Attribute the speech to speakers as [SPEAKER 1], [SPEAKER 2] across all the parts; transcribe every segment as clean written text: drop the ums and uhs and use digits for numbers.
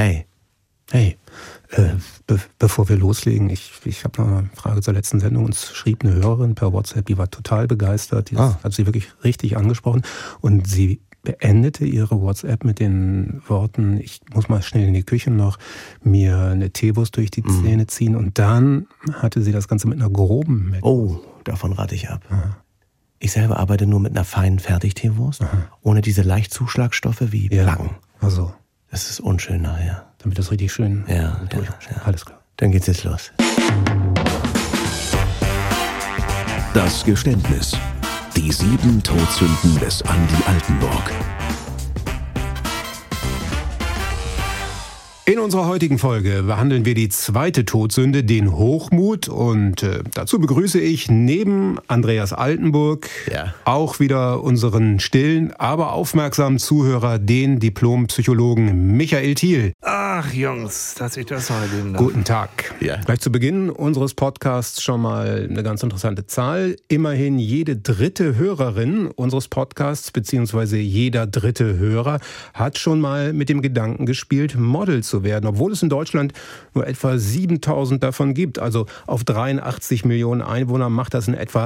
[SPEAKER 1] Hey.
[SPEAKER 2] Hey, bevor wir loslegen, ich habe noch eine Frage zur letzten Sendung. Uns schrieb eine Hörerin per WhatsApp, die war total begeistert. Die hat sie wirklich richtig angesprochen. Und sie beendete ihre WhatsApp mit den Worten, ich muss mal schnell in die Küche noch mir eine Teewurst durch die Zähne ziehen. Und dann hatte sie das Ganze mit einer groben Mettwurst.
[SPEAKER 1] Oh, davon rate ich ab. Aha. Ich selber arbeite nur mit einer feinen Fertigteewurst, ohne diese leicht Zuschlagstoffe wie Placken.
[SPEAKER 2] Also.
[SPEAKER 1] Das ist unschön nachher.
[SPEAKER 2] Damit das richtig schön
[SPEAKER 1] durch. Ja.
[SPEAKER 2] Alles klar.
[SPEAKER 1] Dann geht's jetzt los.
[SPEAKER 3] Das Geständnis. Die 7 Todsünden des Andi Altenburg.
[SPEAKER 2] In unserer heutigen Folge behandeln wir die zweite Todsünde, den Hochmut. Und dazu begrüße ich neben Andreas Altenburg auch wieder unseren stillen, aber aufmerksamen Zuhörer, den Diplompsychologen Michael Thiel.
[SPEAKER 4] Ach Jungs, dass ich das noch erleben darf.
[SPEAKER 2] Guten Tag. Ja. Gleich zu Beginn unseres Podcasts schon mal eine ganz interessante Zahl. Immerhin jede dritte Hörerin unseres Podcasts beziehungsweise jeder dritte Hörer hat schon mal mit dem Gedanken gespielt, Model zu werden, obwohl es in Deutschland nur etwa 7000 davon gibt. Also auf 83 Millionen Einwohner macht das in etwa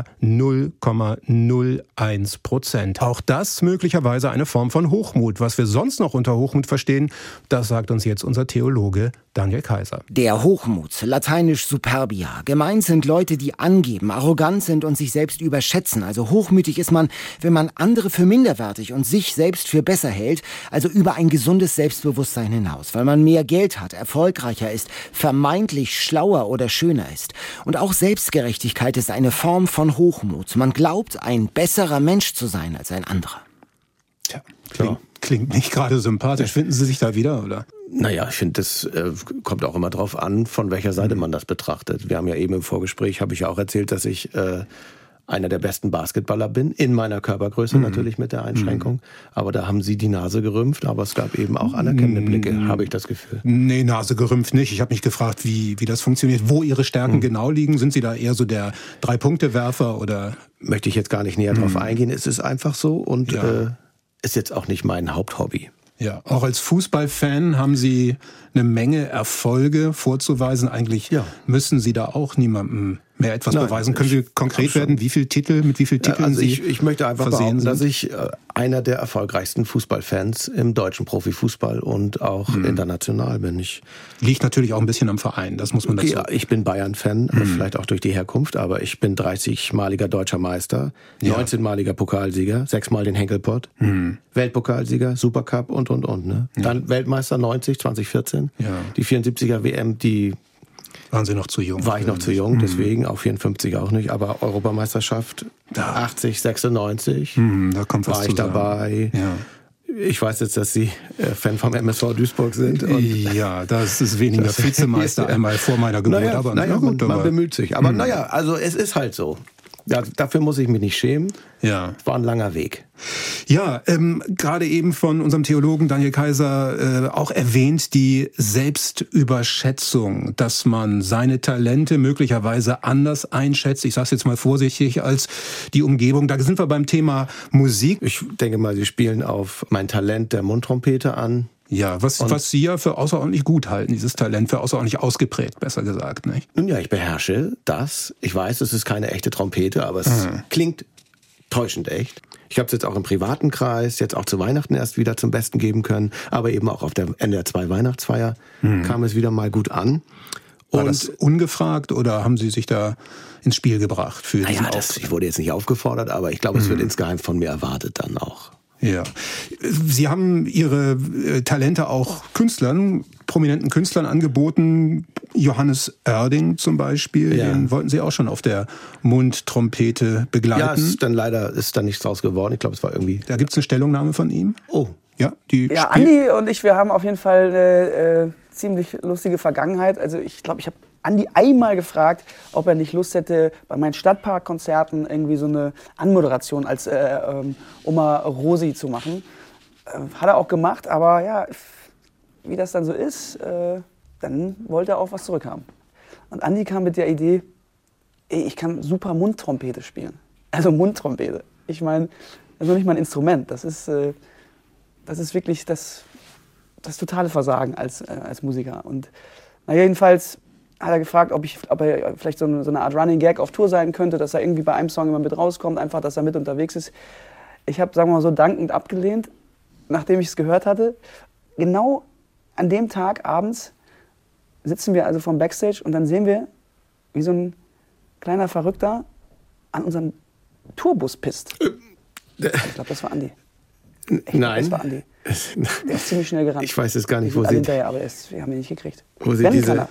[SPEAKER 2] 0,01%. Auch das möglicherweise eine Form von Hochmut. Was wir sonst noch unter Hochmut verstehen, das sagt uns jetzt unser Theologe Daniel Kaiser.
[SPEAKER 5] Der Hochmut, lateinisch superbia. Gemeint sind Leute, die angeben, arrogant sind und sich selbst überschätzen. Also hochmütig ist man, wenn man andere für minderwertig und sich selbst für besser hält, also über ein gesundes Selbstbewusstsein hinaus, weil man mehr Geld hat, erfolgreicher ist, vermeintlich schlauer oder schöner ist. Und auch Selbstgerechtigkeit ist eine Form von Hochmut. Man glaubt, ein besserer Mensch zu sein als ein anderer.
[SPEAKER 2] Tja, klingt nicht gerade sympathisch. Finden Sie sich da wieder, oder?
[SPEAKER 1] Naja, ich finde, das kommt auch immer drauf an, von welcher Seite man das betrachtet. Wir haben ja eben im Vorgespräch, habe ich ja auch erzählt, dass ich einer der besten Basketballer bin, in meiner Körpergröße natürlich mit der Einschränkung. Aber da haben Sie die Nase gerümpft, aber es gab eben auch anerkennende Blicke, habe ich das Gefühl.
[SPEAKER 2] Nee, Nase gerümpft nicht. Ich habe mich gefragt, wie das funktioniert, wo Ihre Stärken genau liegen. Sind Sie da eher so der 3-Punkte-Werfer oder?
[SPEAKER 1] Möchte ich jetzt gar nicht näher drauf eingehen. Es ist einfach so und ist jetzt auch nicht mein Haupthobby.
[SPEAKER 2] Ja, auch als Fußballfan haben Sie eine Menge Erfolge vorzuweisen. Eigentlich müssen Sie da auch niemandem mehr etwas beweisen. Können Sie konkret werden, mit wie vielen Titeln
[SPEAKER 1] ich möchte einfach behaupten,
[SPEAKER 2] sind?
[SPEAKER 1] Dass ich einer der erfolgreichsten Fußballfans im deutschen Profifußball und auch international bin.
[SPEAKER 2] Liegt natürlich auch ein bisschen am Verein, das muss man dazu.
[SPEAKER 1] Ja, ich bin Bayern-Fan, vielleicht auch durch die Herkunft, aber ich bin 30-maliger deutscher Meister, 19-maliger Pokalsieger, 6-mal den Henkelpott, Weltpokalsieger, Supercup und. Ne? Dann Weltmeister 90, 2014, die 74er WM, die
[SPEAKER 2] waren Sie noch zu jung?
[SPEAKER 1] War ich noch zu jung, deswegen, auch 54 auch nicht, aber Europameisterschaft 80, 96,
[SPEAKER 2] da kommt was
[SPEAKER 1] war ich dabei. Ja. Ich weiß jetzt, dass Sie Fan vom MSV Duisburg sind. Und
[SPEAKER 2] ja, das ist weniger Vizemeister einmal vor meiner Geburt.
[SPEAKER 1] Man bemüht sich. Aber also es ist halt so. Ja, dafür muss ich mich nicht schämen.
[SPEAKER 2] Ja.
[SPEAKER 1] Es war ein langer Weg.
[SPEAKER 2] Ja, gerade eben von unserem Theologen Daniel Kaiser auch erwähnt, die Selbstüberschätzung, dass man seine Talente möglicherweise anders einschätzt. Ich sage es jetzt mal vorsichtig als die Umgebung. Da sind wir beim Thema Musik.
[SPEAKER 1] Ich denke mal, Sie spielen auf mein Talent der Mundtrompete an.
[SPEAKER 2] Ja, was Sie ja für außerordentlich gut halten, dieses Talent, für außerordentlich ausgeprägt, besser gesagt, nicht?
[SPEAKER 1] Nun ja, ich beherrsche das. Ich weiß, es ist keine echte Trompete, aber es klingt täuschend echt. Ich habe es jetzt auch im privaten Kreis, jetzt auch zu Weihnachten erst wieder zum Besten geben können, aber eben auch auf der NDR 2 Weihnachtsfeier kam es wieder mal gut an.
[SPEAKER 2] War das ungefragt oder haben Sie sich da ins Spiel gebracht für diesen Auftritt?
[SPEAKER 1] Ich wurde jetzt nicht aufgefordert, aber ich glaube, es wird insgeheim von mir erwartet dann auch.
[SPEAKER 2] Ja. Sie haben Ihre Talente auch prominenten Künstlern angeboten. Johannes Oerding zum Beispiel, den wollten Sie auch schon auf der Mundtrompete begleiten.
[SPEAKER 1] Ja, ist dann nichts draus geworden. Ich glaube, es war irgendwie...
[SPEAKER 2] Da gibt es eine Stellungnahme von ihm.
[SPEAKER 1] Oh.
[SPEAKER 4] Ja, Andi und ich, wir haben auf jeden Fall eine ziemlich lustige Vergangenheit. Also ich glaube, ich habe Andi einmal gefragt, ob er nicht Lust hätte, bei meinen Stadtparkkonzerten irgendwie so eine Anmoderation als Oma Rosi zu machen. Hat er auch gemacht, aber ja, wie das dann so ist, dann wollte er auch was zurückhaben. Und Andi kam mit der Idee, ich kann super Mundtrompete spielen. Also Mundtrompete. Ich meine, das ist noch nicht mal ein Instrument. Das ist wirklich das das totale Versagen als Musiker. Und jedenfalls hat er gefragt, ob er vielleicht so eine Art Running Gag auf Tour sein könnte, dass er irgendwie bei einem Song immer mit rauskommt, einfach, dass er mit unterwegs ist. Ich habe, sagen wir mal so, dankend abgelehnt, nachdem ich es gehört hatte. Genau an dem Tag abends sitzen wir also vom Backstage und dann sehen wir, wie so ein kleiner Verrückter an unserem Tourbus pisst. Ich glaube, das war Andi.
[SPEAKER 1] Nein.
[SPEAKER 4] Das war Andi. Der ist ziemlich schnell gerannt.
[SPEAKER 1] Ich weiß es gar nicht, wo
[SPEAKER 4] Sie...
[SPEAKER 1] Sie...
[SPEAKER 4] aber wir haben ihn nicht gekriegt.
[SPEAKER 1] Wo Sie diese...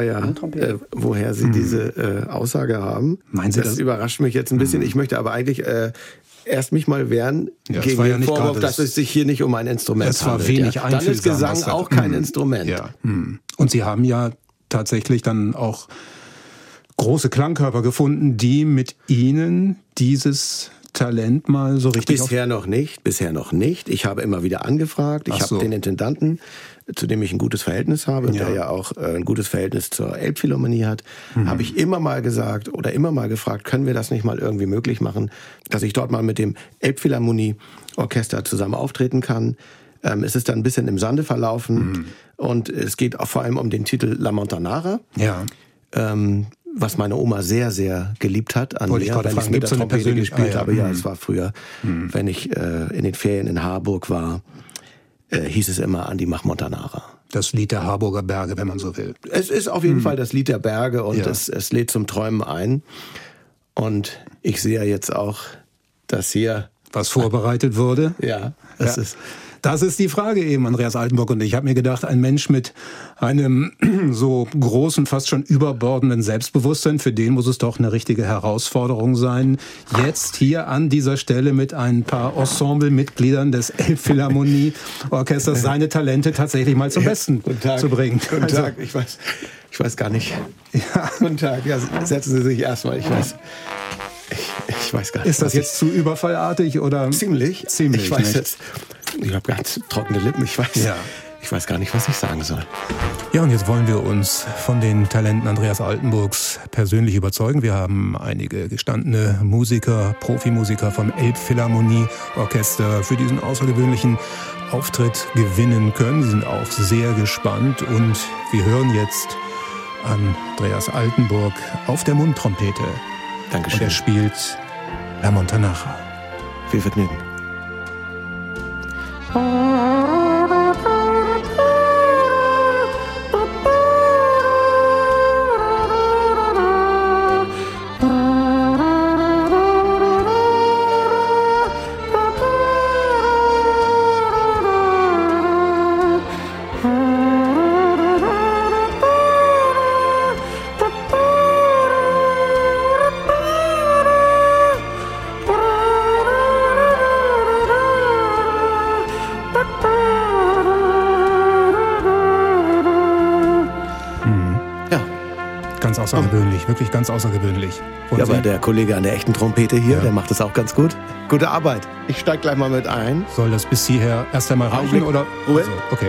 [SPEAKER 1] woher Sie diese Aussage haben.
[SPEAKER 2] Meinen Sie
[SPEAKER 1] das überrascht mich jetzt ein bisschen. Ich möchte aber eigentlich erst mich mal wehren gegen den Vorwurf, dass es sich hier nicht um ein Instrument handelt.
[SPEAKER 2] Es war wenig einfühlsam.
[SPEAKER 1] Dann ist Gesang auch kein Instrument.
[SPEAKER 2] Ja. Und Sie haben ja tatsächlich dann auch große Klangkörper gefunden, die mit Ihnen dieses Talent mal so richtig...
[SPEAKER 1] Bisher noch nicht. Ich habe immer wieder angefragt. Ich habe den Intendanten, zu dem ich ein gutes Verhältnis habe, und der ja auch ein gutes Verhältnis zur Elbphilharmonie hat, habe ich immer mal gesagt oder immer mal gefragt, können wir das nicht mal irgendwie möglich machen, dass ich dort mal mit dem Elbphilharmonie-Orchester zusammen auftreten kann. Es ist dann ein bisschen im Sande verlaufen und es geht auch vor allem um den Titel La Montanara.
[SPEAKER 2] Ja.
[SPEAKER 1] Was meine Oma sehr, sehr geliebt hat an mir, wenn ich mit der Trompete gespielt habe. Ja, es war früher, wenn ich in den Ferien in Harburg war, hieß es immer Andi, mach Montanara.
[SPEAKER 2] Das Lied der Harburger Berge, wenn man so will.
[SPEAKER 1] Es ist auf jeden Fall das Lied der Berge und es lädt zum Träumen ein. Und ich sehe ja jetzt auch, dass hier...
[SPEAKER 2] Was vorbereitet wurde.
[SPEAKER 1] Ja,
[SPEAKER 2] Das ist die Frage eben, Andreas Altenburg. Und ich habe mir gedacht, ein Mensch mit einem so großen, fast schon überbordenden Selbstbewusstsein, für den muss es doch eine richtige Herausforderung sein, jetzt hier an dieser Stelle mit ein paar Ensemblemitgliedern des Elbphilharmonie-Orchesters seine Talente tatsächlich mal zum Besten zu bringen.
[SPEAKER 1] Guten Tag, ich weiß gar nicht. Ja. Guten Tag, ja, setzen Sie sich erstmal, ich weiß gar nicht.
[SPEAKER 2] Ist das jetzt zu überfallartig oder?
[SPEAKER 1] Ziemlich. Ich weiß
[SPEAKER 2] nicht.
[SPEAKER 1] jetzt... Ich habe ganz trockene Lippen, ich weiß gar nicht, was ich sagen soll.
[SPEAKER 2] Ja, und jetzt wollen wir uns von den Talenten Andreas Altenburgs persönlich überzeugen. Wir haben einige gestandene Musiker, Profimusiker vom Elbphilharmonie-Orchester für diesen außergewöhnlichen Auftritt gewinnen können. Sie sind auch sehr gespannt und wir hören jetzt Andreas Altenburg auf der Mundtrompete.
[SPEAKER 1] Dankeschön.
[SPEAKER 2] Und er spielt La Montanara.
[SPEAKER 1] Viel Vergnügen.
[SPEAKER 2] Außergewöhnlich, wirklich ganz außergewöhnlich. Und
[SPEAKER 1] ja, aber der Kollege an der echten Trompete hier, der macht das auch ganz gut. Gute Arbeit. Ich steig gleich mal mit ein.
[SPEAKER 2] Soll das bis hierher erst einmal reichen oder?
[SPEAKER 1] Ruhe.
[SPEAKER 2] Also, okay.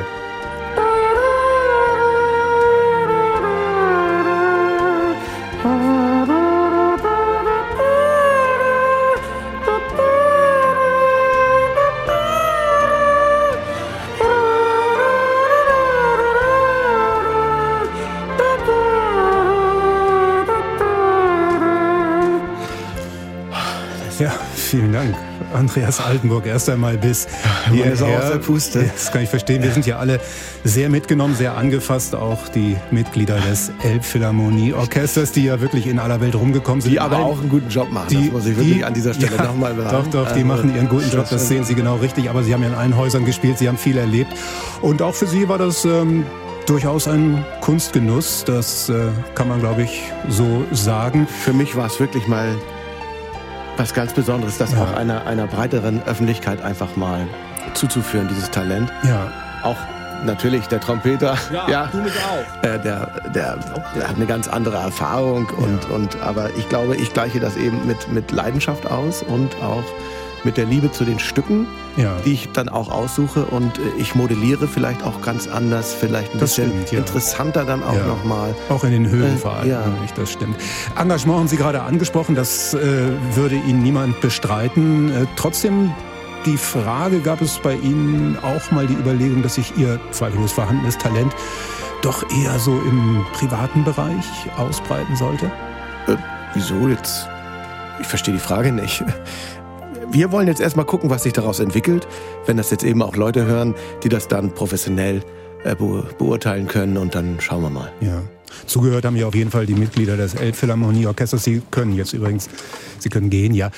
[SPEAKER 2] Vielen Dank, Andreas Altenburg. Erst einmal bis hierher.
[SPEAKER 1] Aus der Puste.
[SPEAKER 2] Das kann ich verstehen. Wir sind ja alle sehr mitgenommen, sehr angefasst. Auch die Mitglieder des Elbphilharmonie-Orchesters, die ja wirklich in aller Welt rumgekommen sind.
[SPEAKER 1] Die aber auch einen guten Job machen. Das muss ich wirklich an dieser Stelle nochmal sagen.
[SPEAKER 2] Doch, die machen ihren guten Job. Das sehen Sie genau richtig. Aber Sie haben ja in allen Häusern gespielt. Sie haben viel erlebt. Und auch für Sie war das durchaus ein Kunstgenuss. Das kann man, glaube ich, so sagen.
[SPEAKER 1] Für mich war es wirklich mal was ganz Besonderes, das auch einer breiteren Öffentlichkeit einfach mal zuzuführen, dieses Talent.
[SPEAKER 2] Ja.
[SPEAKER 1] Auch natürlich der Trompeter.
[SPEAKER 4] Ja, du mich auch.
[SPEAKER 1] Der hat eine ganz andere Erfahrung aber ich glaube, ich gleiche das eben mit Leidenschaft aus und auch mit der Liebe zu den Stücken, die ich dann auch aussuche, und ich modelliere vielleicht auch ganz anders, vielleicht ein bisschen interessanter dann auch nochmal.
[SPEAKER 2] Auch in den Höhen vor allem, das stimmt. Engagement haben Sie gerade angesprochen, das würde Ihnen niemand bestreiten. Trotzdem die Frage, gab es bei Ihnen auch mal die Überlegung, dass sich Ihr zweifellos vorhandenes Talent doch eher so im privaten Bereich ausbreiten sollte?
[SPEAKER 1] Wieso jetzt? Ich verstehe die Frage nicht. Wir wollen jetzt erstmal gucken, was sich daraus entwickelt. Wenn das jetzt eben auch Leute hören, die das dann professionell beurteilen können, und dann schauen wir mal.
[SPEAKER 2] Ja. Zugehört haben ja auf jeden Fall die Mitglieder des Elbphilharmonieorchesters. Sie können jetzt übrigens, Sie können gehen, ja.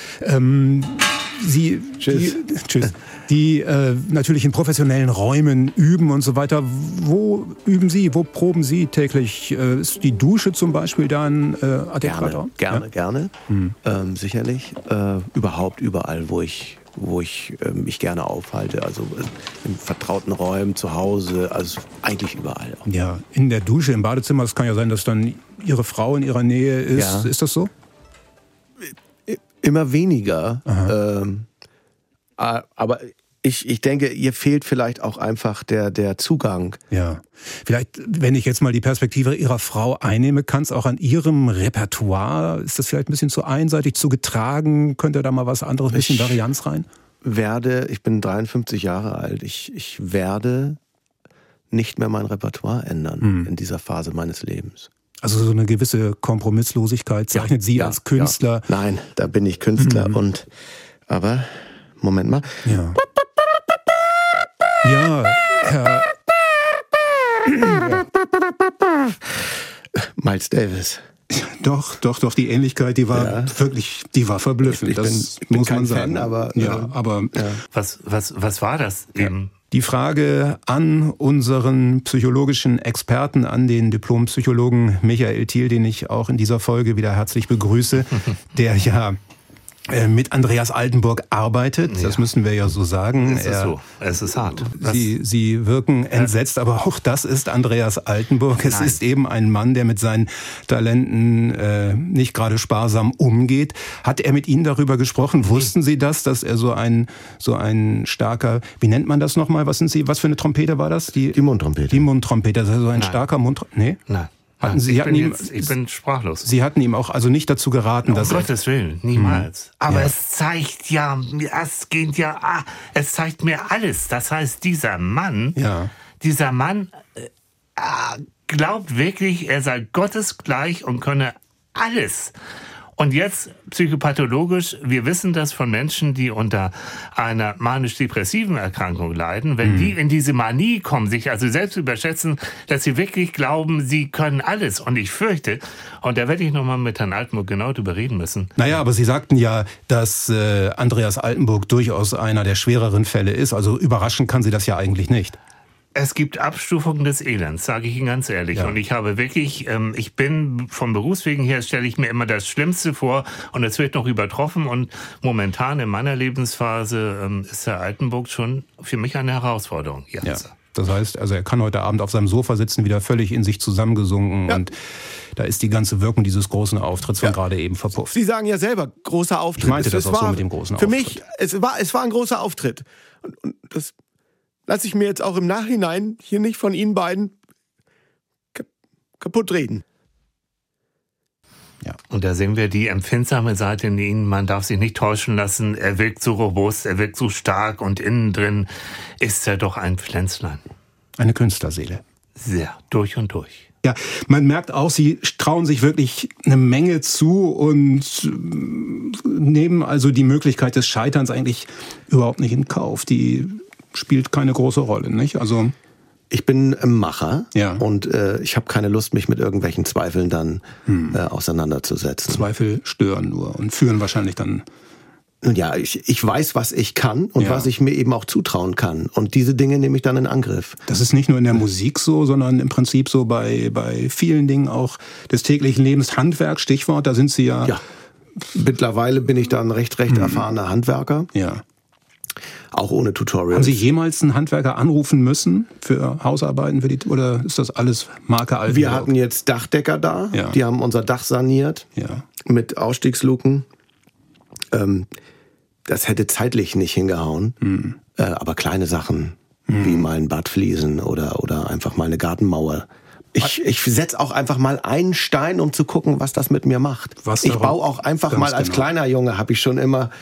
[SPEAKER 2] Tschüss. Die natürlich in professionellen Räumen üben und so weiter. Wo üben Sie? Wo proben Sie täglich? Ist die Dusche zum Beispiel da ein adäquater Ort?
[SPEAKER 1] Gerne. Sicherlich. Überhaupt überall, wo ich mich gerne aufhalte. Also in vertrauten Räumen, zu Hause, also eigentlich überall.
[SPEAKER 2] Ja, in der Dusche, im Badezimmer. Es kann ja sein, dass dann Ihre Frau in Ihrer Nähe ist. Ja. Ist das so?
[SPEAKER 1] Immer weniger. Aber ich denke, ihr fehlt vielleicht auch einfach der Zugang.
[SPEAKER 2] Ja, vielleicht, wenn ich jetzt mal die Perspektive Ihrer Frau einnehme, kann es auch an Ihrem Repertoire, ist das vielleicht ein bisschen zu einseitig, zu getragen? Könnte da mal was anderes, ein bisschen Varianz rein?
[SPEAKER 1] Ich bin 53 Jahre alt, ich werde nicht mehr mein Repertoire ändern in dieser Phase meines Lebens.
[SPEAKER 2] Also so eine gewisse Kompromisslosigkeit zeichnet Sie als Künstler?
[SPEAKER 1] Ja. Nein, da bin ich Künstler aber, Moment mal.
[SPEAKER 2] Ja. Ja, Herr...
[SPEAKER 1] Miles Davis.
[SPEAKER 2] Doch, die Ähnlichkeit, die war wirklich, die war verblüffend.
[SPEAKER 1] Ich bin muss man sagen. Fan, aber
[SPEAKER 6] was war das eben?
[SPEAKER 2] Die Frage an unseren psychologischen Experten, an den Diplompsychologen Michael Thiel, den ich auch in dieser Folge wieder herzlich begrüße, der ja mit Andreas Altenburg arbeitet, das müssen wir ja so sagen.
[SPEAKER 6] Es ist hart.
[SPEAKER 2] Sie wirken entsetzt, aber auch das ist Andreas Altenburg. Es ist eben ein Mann, der mit seinen Talenten nicht gerade sparsam umgeht. Hat er mit Ihnen darüber gesprochen? Wussten Sie das, dass er so ein starker, wie nennt man das nochmal? Was für eine Trompete war das?
[SPEAKER 1] Die Mundtrompete.
[SPEAKER 2] Die Mundtrompete, das ist so ein starker Mundtrompete. Nee?
[SPEAKER 6] Nein.
[SPEAKER 2] Ich bin sprachlos. Sie hatten ihm auch also nicht dazu geraten, dass
[SPEAKER 6] um Gottes Willen, niemals. Aber es zeigt es zeigt mir alles. Das heißt, dieser Mann glaubt wirklich, er sei gottesgleich und könne alles. Und jetzt psychopathologisch, wir wissen das von Menschen, die unter einer manisch-depressiven Erkrankung leiden, wenn die in diese Manie kommen, sich also selbst überschätzen, dass sie wirklich glauben, sie können alles. Und ich fürchte, und da werde ich nochmal mit Herrn Altenburg genau drüber reden müssen.
[SPEAKER 2] Naja, aber Sie sagten ja, dass Andreas Altenburg durchaus einer der schwereren Fälle ist. Also überraschen kann Sie das ja eigentlich nicht.
[SPEAKER 6] Es gibt Abstufungen des Elends, sage ich Ihnen ganz ehrlich. Ja. Und ich habe wirklich, ich bin vom Berufswegen her, stelle ich mir immer das Schlimmste vor und es wird noch übertroffen. Und momentan in meiner Lebensphase ist Herr Altenburg schon für mich eine Herausforderung.
[SPEAKER 2] Ja. Das heißt, also er kann heute Abend auf seinem Sofa sitzen, wieder völlig in sich zusammengesunken und da ist die ganze Wirkung dieses großen Auftritts von gerade eben verpufft.
[SPEAKER 1] Sie sagen ja selber, großer Auftritt.
[SPEAKER 2] Ich meinte das auch so mit dem großen Auftritt.
[SPEAKER 1] Für mich, es war ein großer Auftritt. Und das lasse ich mir jetzt auch im Nachhinein hier nicht von Ihnen beiden kaputt reden.
[SPEAKER 6] Ja. Und da sehen wir die empfindsame Seite in Ihnen. Man darf sich nicht täuschen lassen. Er wirkt so robust, er wirkt so stark und innen drin ist er doch ein Pflänzlein.
[SPEAKER 2] Eine Künstlerseele.
[SPEAKER 6] Sehr, durch und durch.
[SPEAKER 2] Ja, man merkt auch, Sie trauen sich wirklich eine Menge zu und nehmen also die Möglichkeit des Scheiterns eigentlich überhaupt nicht in Kauf. Die spielt keine große Rolle, nicht? Also
[SPEAKER 1] ich bin Macher und ich habe keine Lust, mich mit irgendwelchen Zweifeln dann auseinanderzusetzen.
[SPEAKER 2] Zweifel stören nur und führen wahrscheinlich dann...
[SPEAKER 1] Nun ja, ich weiß, was ich kann und was ich mir eben auch zutrauen kann. Und diese Dinge nehme ich dann in Angriff.
[SPEAKER 2] Das ist nicht nur in der Musik so, sondern im Prinzip so bei vielen Dingen auch des täglichen Lebens. Handwerk, Stichwort, da sind Sie ja...
[SPEAKER 1] Mittlerweile bin ich da ein recht erfahrener Handwerker.
[SPEAKER 2] Ja.
[SPEAKER 1] Auch ohne Tutorials.
[SPEAKER 2] Haben Sie jemals einen Handwerker anrufen müssen für Hausarbeiten? Oder ist das alles Marke Altenburg?
[SPEAKER 1] Wir hatten jetzt Dachdecker da. Ja. Die haben unser Dach saniert mit Ausstiegsluken. Das hätte zeitlich nicht hingehauen. Aber kleine Sachen, wie mal ein Badfliesen oder einfach mal eine Gartenmauer. Ich setze auch einfach mal einen Stein, um zu gucken, was das mit mir macht. Ich baue auch einfach mal als kleiner Junge, habe ich schon immer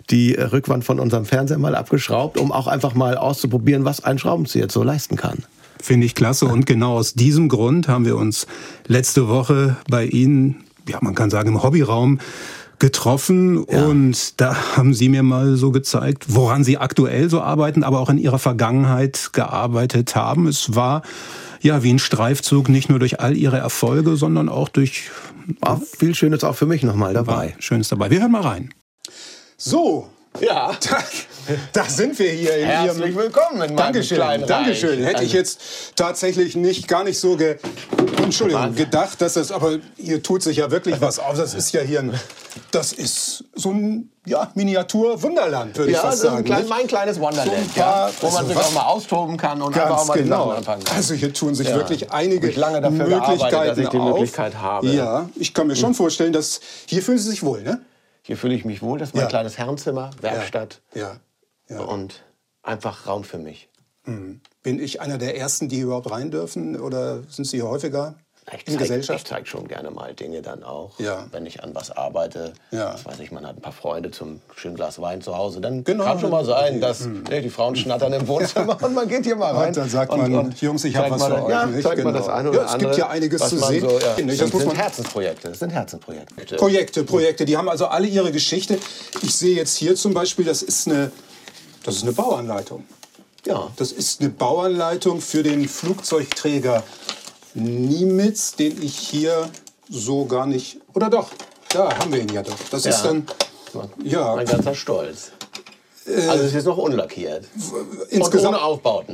[SPEAKER 1] die Rückwand von unserem Fernseher mal abgeschraubt, um auch einfach mal auszuprobieren, was ein Schraubenzieher jetzt so leisten kann.
[SPEAKER 2] Finde ich klasse. Und genau aus diesem Grund haben wir uns letzte Woche bei Ihnen, ja, man kann sagen, im Hobbyraum getroffen. Ja. Und da haben Sie mir mal so gezeigt, woran Sie aktuell so arbeiten, aber auch in Ihrer Vergangenheit gearbeitet haben. Es war ja wie ein Streifzug, nicht nur durch all Ihre Erfolge, sondern auch durch...
[SPEAKER 1] War viel Schönes auch für mich nochmal dabei.
[SPEAKER 2] Schönes dabei. Wir hören mal rein.
[SPEAKER 7] So,
[SPEAKER 1] ja,
[SPEAKER 7] da sind wir hier in
[SPEAKER 1] Herzlich
[SPEAKER 7] Ihrem...
[SPEAKER 1] willkommen in meinem kleinen
[SPEAKER 7] Dankeschön.
[SPEAKER 1] Reich.
[SPEAKER 7] Hätte ich jetzt tatsächlich gar nicht so gedacht, dass das, aber hier tut sich ja wirklich was auf. Das ist ja hier das ist so ein Miniatur-Wunderland, würde ich fast sagen.
[SPEAKER 1] Ja, mein kleines Wonderland, so wo man sich auch mal austoben kann und einfach auch mal die Sachen anfangen kann.
[SPEAKER 7] Also hier tun sich wirklich einige
[SPEAKER 1] lange dafür
[SPEAKER 7] Möglichkeiten
[SPEAKER 1] dass ich die
[SPEAKER 7] auf.
[SPEAKER 1] Möglichkeit habe.
[SPEAKER 7] Ja, ich kann mir schon vorstellen, dass hier fühlen Sie sich wohl, ne?
[SPEAKER 1] Hier fühle ich mich wohl. Das ist mein kleines Herrenzimmer, Werkstatt
[SPEAKER 7] ja.
[SPEAKER 1] und einfach Raum für mich.
[SPEAKER 7] Bin ich einer der Ersten, die hier überhaupt rein dürfen? Oder sind Sie hier häufiger in Gesellschaft?
[SPEAKER 1] Ich zeige schon gerne mal Dinge dann auch,
[SPEAKER 7] Ja.
[SPEAKER 1] wenn ich an was arbeite.
[SPEAKER 7] Ja.
[SPEAKER 1] Das weiß ich, man hat ein paar Freunde zum schönen Glas Wein zu Hause. Dann
[SPEAKER 7] Genau.
[SPEAKER 1] kann schon mal sein, dass die Frauen schnattern im Wohnzimmer und man geht hier mal rein.
[SPEAKER 7] Und dann sagt man, Jungs, ich habe was für euch.
[SPEAKER 1] Ja,
[SPEAKER 7] nicht?
[SPEAKER 1] zeigt man das eine oder
[SPEAKER 7] es
[SPEAKER 1] andere.
[SPEAKER 7] gibt ja einiges zu sehen.
[SPEAKER 1] So,
[SPEAKER 7] Das muss man
[SPEAKER 1] Herzensprojekte. Das sind Herzensprojekte.
[SPEAKER 7] Projekte, die haben also alle ihre Geschichte. Ich sehe jetzt hier zum Beispiel, das ist eine Bauanleitung.
[SPEAKER 1] Ja.
[SPEAKER 7] Das ist eine Bauanleitung für den Flugzeugträger Nimitz, den ich hier so gar nicht... Oder doch, da haben wir ihn ja doch. Das ist dann... Ja.
[SPEAKER 1] Mein ganzer Stolz. Also es ist noch unlackiert.
[SPEAKER 7] Insgesamt,
[SPEAKER 1] und ohne Aufbauten.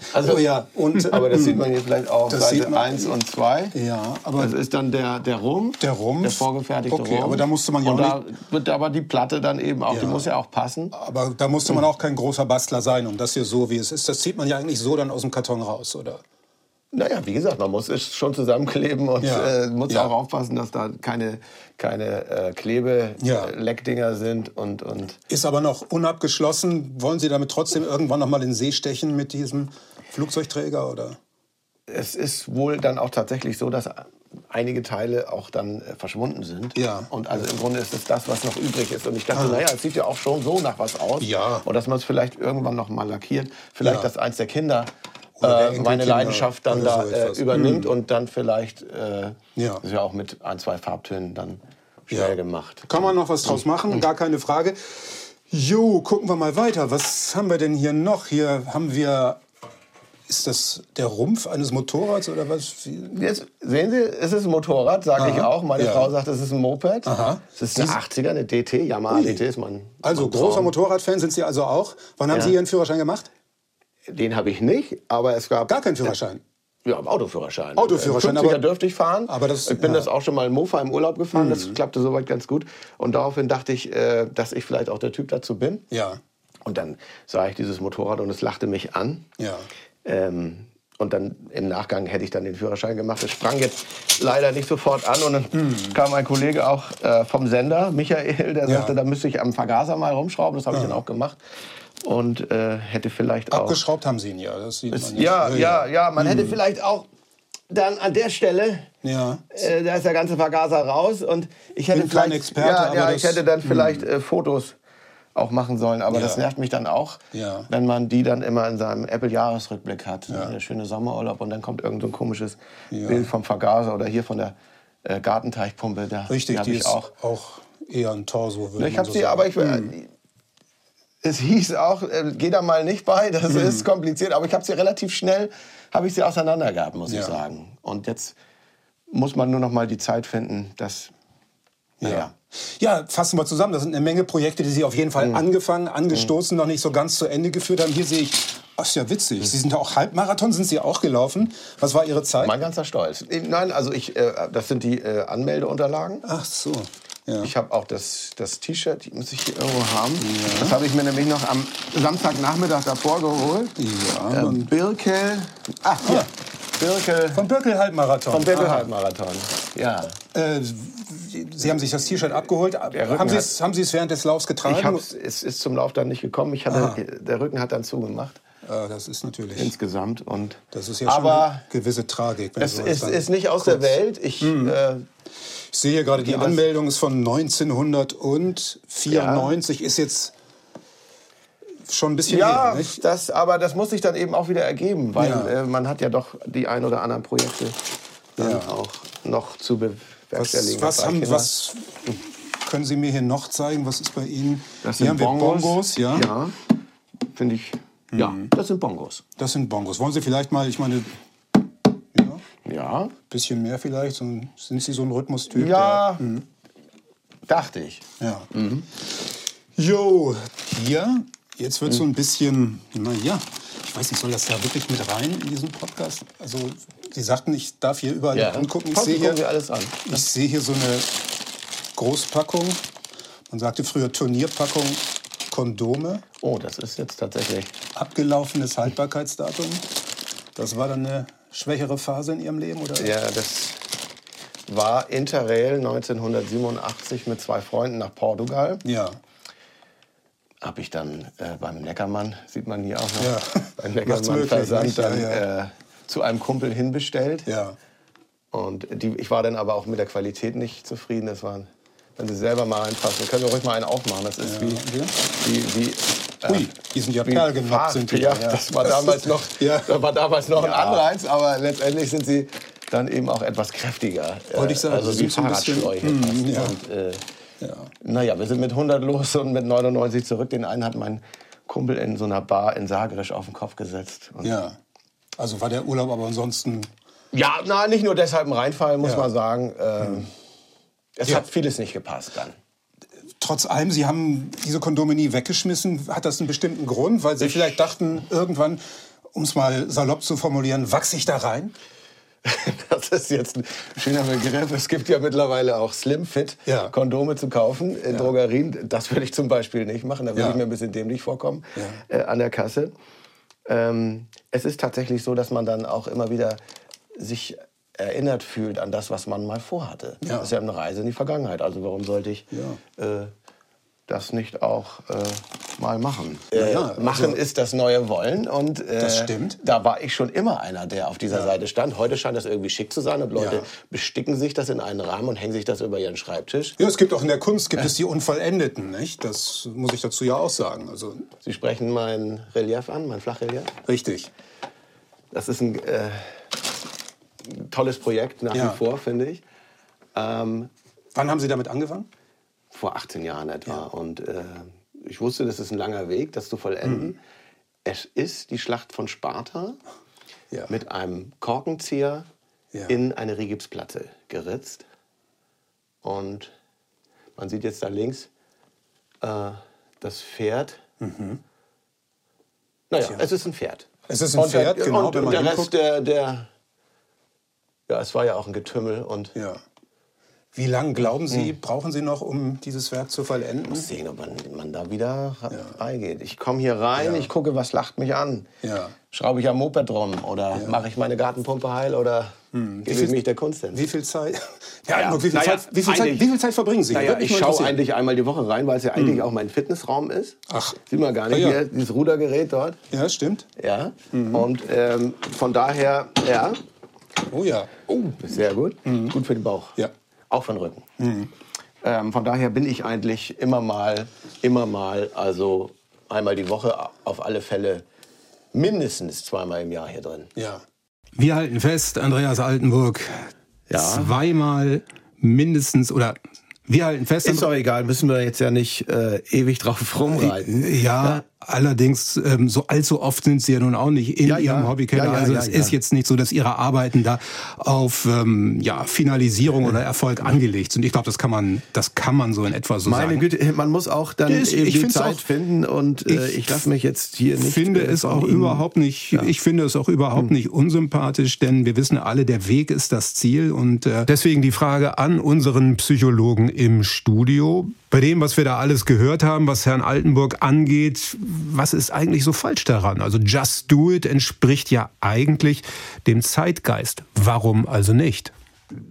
[SPEAKER 7] Aber
[SPEAKER 1] das sieht man hier vielleicht auch Seite 1 und 2.
[SPEAKER 7] Ja, aber
[SPEAKER 1] das ist dann der Rumpf.
[SPEAKER 7] Der Rumpf.
[SPEAKER 1] Der vorgefertigte Rumpf.
[SPEAKER 7] Aber da musste man ja
[SPEAKER 1] und da wird aber die Platte dann eben auch, die muss ja auch passen.
[SPEAKER 7] Aber da musste man auch kein großer Bastler sein, um das hier so, wie es ist. Das zieht man ja eigentlich so dann aus dem Karton raus, oder?
[SPEAKER 1] Naja, wie gesagt, man muss es schon zusammenkleben und muss auch aufpassen, dass da keine Klebeleckdinger sind. Und
[SPEAKER 7] ist aber noch unabgeschlossen. Wollen Sie damit trotzdem irgendwann noch mal in den See stechen mit diesem Flugzeugträger, oder?
[SPEAKER 1] Es ist wohl dann auch tatsächlich so, dass einige Teile auch dann verschwunden sind.
[SPEAKER 7] Ja.
[SPEAKER 1] Und also im Grunde ist es das, was noch übrig ist. Und ich dachte, naja, es sieht ja auch schon so nach was aus.
[SPEAKER 7] Ja.
[SPEAKER 1] Und dass man es vielleicht irgendwann noch mal lackiert. Vielleicht, dass eins der Kinder meine Leidenschaft dann da übernimmt und dann vielleicht, das ist ja auch mit 1, 2 Farbtönen dann schnell gemacht.
[SPEAKER 7] Kann man noch was draus machen, gar keine Frage. Jo, gucken wir mal weiter. Was haben wir denn hier noch? Hier haben wir, ist das der Rumpf eines Motorrads oder was?
[SPEAKER 1] Jetzt sehen Sie, es ist ein Motorrad, sage ich auch. Meine Frau sagt, es ist ein Moped.
[SPEAKER 7] Aha.
[SPEAKER 1] Es ist eine 80er, eine DT, Yamaha DT ist man.
[SPEAKER 7] Also großer Motorradfan sind Sie also auch. Wann haben Sie Ihren Führerschein gemacht?
[SPEAKER 1] Den habe ich nicht, aber es gab...
[SPEAKER 7] Gar keinen Führerschein?
[SPEAKER 1] Ja, Autoführerschein.
[SPEAKER 7] Autoführerschein,
[SPEAKER 1] 50er dürfte ich fahren.
[SPEAKER 7] Aber das,
[SPEAKER 1] ich bin das auch schon mal in Mofa im Urlaub gefahren. Das klappte soweit ganz gut. Und daraufhin dachte ich, dass ich vielleicht auch der Typ dazu bin.
[SPEAKER 7] Ja.
[SPEAKER 1] Und dann sah ich dieses Motorrad und es lachte mich an.
[SPEAKER 7] Ja.
[SPEAKER 1] Und dann im Nachgang hätte ich dann den Führerschein gemacht. Es sprang jetzt leider nicht sofort an. Und dann kam ein Kollege auch vom Sender, Michael, der sagte, da müsste ich am Vergaser mal rumschrauben. Das habe ich dann auch gemacht. Und hätte vielleicht auch...
[SPEAKER 7] Abgeschraubt haben Sie ihn ja, das sieht man nicht.
[SPEAKER 1] Ja, man hätte vielleicht auch dann an der Stelle, da ist der ganze Vergaser raus und ich hätte
[SPEAKER 7] vielleicht... Kein Experte,
[SPEAKER 1] ich hätte dann vielleicht Fotos auch machen sollen, aber das nervt mich dann auch, wenn man die dann immer in seinem Apple-Jahresrückblick hat. Der schöne Sommerurlaub und dann kommt irgend so ein komisches Bild vom Vergaser oder hier von der Gartenteichpumpe.
[SPEAKER 7] Richtig, die ist auch eher ein Torso, würde man so sagen.
[SPEAKER 1] Aber es hieß auch, geh da mal nicht bei, das ist kompliziert. Aber ich habe sie relativ schnell, auseinander gehabt, muss ich sagen. Und jetzt muss man nur noch mal die Zeit finden, dass...
[SPEAKER 7] Ja, fassen wir zusammen. Das sind eine Menge Projekte, die Sie auf jeden Fall angestoßen, noch nicht so ganz zu Ende geführt haben. Hier sehe ich, ach, ist ja witzig. Sie sind ja auch Halbmarathon, sind Sie auch gelaufen? Was war Ihre Zeit?
[SPEAKER 1] Mein ganzer Stolz. Nein, also das sind die Anmeldeunterlagen.
[SPEAKER 7] Ach so. Ja.
[SPEAKER 1] Ich habe auch das T-Shirt, die muss ich hier irgendwo haben. Ja. Das habe ich mir nämlich noch am Samstagnachmittag davor geholt.
[SPEAKER 7] Ja.
[SPEAKER 1] Birkel. Ach, hier. Birkel.
[SPEAKER 7] Vom Birkel Halbmarathon.
[SPEAKER 1] Vom Birkel Halbmarathon, ja.
[SPEAKER 7] Sie haben sich das T-Shirt abgeholt. Haben Sie es während des Laufs getragen?
[SPEAKER 1] Es ist zum Lauf dann nicht gekommen. Der Rücken hat dann zugemacht.
[SPEAKER 7] Das ist natürlich...
[SPEAKER 1] Insgesamt. Und
[SPEAKER 7] das ist ja schon eine gewisse Tragik.
[SPEAKER 1] Es ist nicht aus der Welt. Ich
[SPEAKER 7] sehe hier gerade, die Anmeldung ist von 1994, ist jetzt schon ein bisschen
[SPEAKER 1] Ja,
[SPEAKER 7] her, nicht?
[SPEAKER 1] aber das muss sich dann eben auch wieder ergeben, weil man hat ja doch die ein oder anderen Projekte dann auch noch zu bewerkstelligen.
[SPEAKER 7] Was können Sie mir hier noch zeigen? Was ist bei Ihnen?
[SPEAKER 1] Das sind Bongos. Ja, finde ich. Ja, das sind Bongos.
[SPEAKER 7] Das sind Bongos. Wollen Sie vielleicht mal, ich meine,
[SPEAKER 1] ja,
[SPEAKER 7] bisschen mehr vielleicht? Sind Sie so ein Rhythmustyp?
[SPEAKER 1] Ja, dachte ich.
[SPEAKER 7] Ja. Jo, hier, jetzt wird so ein bisschen, naja, ich weiß nicht, soll das da wirklich mit rein in diesen Podcast? Also, Sie sagten, ich darf hier überall angucken. Ich sehe hier
[SPEAKER 1] alles an.
[SPEAKER 7] Ich sehe hier so eine Großpackung. Man sagte früher Turnierpackung Kondome.
[SPEAKER 1] Oh, das ist jetzt tatsächlich.
[SPEAKER 7] Abgelaufenes Haltbarkeitsdatum. Das war dann eine schwächere Phase in Ihrem Leben, oder?
[SPEAKER 1] Ja, das war Interrail 1987 mit 2 Freunden nach Portugal.
[SPEAKER 7] Ja.
[SPEAKER 1] Habe ich dann beim Neckermann, sieht man hier auch noch,
[SPEAKER 7] Ja.
[SPEAKER 1] beim Neckermann Versand dann
[SPEAKER 7] Ja.
[SPEAKER 1] Zu einem Kumpel hinbestellt.
[SPEAKER 7] Ja.
[SPEAKER 1] Und ich war dann aber auch mit der Qualität nicht zufrieden. Das waren, wenn Sie selber mal reinfassen, können wir ruhig mal einen aufmachen. Das ist wie
[SPEAKER 7] Ui, die sind ja perlgenockt. Sind die.
[SPEAKER 1] Ja, das war damals noch, ein Anreiz, aber letztendlich sind sie dann eben auch etwas kräftiger.
[SPEAKER 7] Wollte ich sagen,
[SPEAKER 1] also wie Fahrradschläuche. Naja, wir sind mit 100 los und mit 99 zurück. Den einen hat mein Kumpel in so einer Bar in Sagres auf den Kopf gesetzt. Und
[SPEAKER 7] also war der Urlaub aber ansonsten...
[SPEAKER 1] Ja, nicht nur deshalb ein Reinfall, muss man sagen. Es hat vieles nicht gepasst dann.
[SPEAKER 7] Trotz allem, Sie haben diese Kondome nie weggeschmissen. Hat das einen bestimmten Grund? Weil Sie vielleicht dachten, irgendwann, um es mal salopp zu formulieren, wachse ich da rein?
[SPEAKER 1] Das ist jetzt ein schöner Begriff. Es gibt ja mittlerweile auch Slim-Fit-Kondome zu kaufen in Drogerien. Das würde ich zum Beispiel nicht machen. Da würde ich mir ein bisschen dämlich vorkommen an der Kasse. Es ist tatsächlich so, dass man dann auch immer wieder sich erinnert fühlt an das, was man mal vorhatte.
[SPEAKER 7] Ja.
[SPEAKER 1] Das ist ja eine Reise in die Vergangenheit. Also warum sollte ich das nicht auch mal machen? Machen ist das neue Wollen. Und
[SPEAKER 7] das stimmt.
[SPEAKER 1] Da war ich schon immer einer, der auf dieser Seite stand. Heute scheint das irgendwie schick zu sein und Leute besticken sich das in einen Rahmen und hängen sich das über ihren Schreibtisch.
[SPEAKER 7] Ja, es gibt auch in der Kunst es die Unvollendeten, nicht? Das muss ich dazu ja auch sagen. Also
[SPEAKER 1] Sie sprechen mein Relief an, mein Flachrelief?
[SPEAKER 7] Richtig.
[SPEAKER 1] Das ist ein tolles Projekt nach wie vor, finde ich.
[SPEAKER 7] Wann haben Sie damit angefangen?
[SPEAKER 1] Vor 18 Jahren etwa. Und ich wusste, das ist ein langer Weg, das zu vollenden. Es ist die Schlacht von Sparta mit einem Korkenzieher in eine Rigipsplatte geritzt. Und man sieht jetzt da links das Pferd. Naja, es ist ein Pferd.
[SPEAKER 7] Es ist ein Pferd, genau.
[SPEAKER 1] Und der Rest, es war ja auch ein Getümmel. Und
[SPEAKER 7] wie lange, glauben Sie, brauchen Sie noch, um dieses Werk zu vollenden?
[SPEAKER 1] Ich muss sehen, ob man da wieder reingeht. Ich komme hier rein, ich gucke, was lacht mich an. Schraube ich am Moped rum oder mache ich meine Gartenpumpe heil oder gebe ich mich der Kunst hin?
[SPEAKER 7] Wie viel Zeit? Wie viel Zeit verbringen Sie?
[SPEAKER 1] Ich schaue eigentlich einmal die Woche rein, weil es ja eigentlich auch mein Fitnessraum ist.
[SPEAKER 7] Ach.
[SPEAKER 1] Sieht man gar nicht hier, dieses Rudergerät dort.
[SPEAKER 7] Ja, stimmt.
[SPEAKER 1] Ja. Und von daher,
[SPEAKER 7] Oh ja.
[SPEAKER 1] Oh, sehr gut. Gut für den Bauch.
[SPEAKER 7] Ja.
[SPEAKER 1] Auch für den Rücken. Von daher bin ich eigentlich immer mal, also einmal die Woche auf alle Fälle mindestens 2-mal im Jahr hier drin.
[SPEAKER 7] Ja.
[SPEAKER 2] Wir halten fest, Andreas Altenburg, 2-mal mindestens, oder wir halten fest...
[SPEAKER 1] Ist doch egal, müssen wir jetzt ja nicht ewig drauf rumreiten.
[SPEAKER 2] Ja, allerdings, so allzu oft sind Sie ja nun auch nicht in Ihrem Hobbykeller. Also es ist jetzt nicht so, dass Ihre Arbeiten da auf Finalisierung oder Erfolg angelegt sind. Ich glaube, das kann man so in etwa so sagen.
[SPEAKER 1] Meine Güte, man muss auch dann eben die Zeit finden und ich lasse mich jetzt hier nicht...
[SPEAKER 2] Ich finde es auch überhaupt nicht unsympathisch, denn wir wissen alle, der Weg ist das Ziel und deswegen die Frage an unseren Psychologen im Studio. Bei dem, was wir da alles gehört haben, was Herrn Altenburg angeht, was ist eigentlich so falsch daran? Also Just Do It entspricht ja eigentlich dem Zeitgeist. Warum also nicht?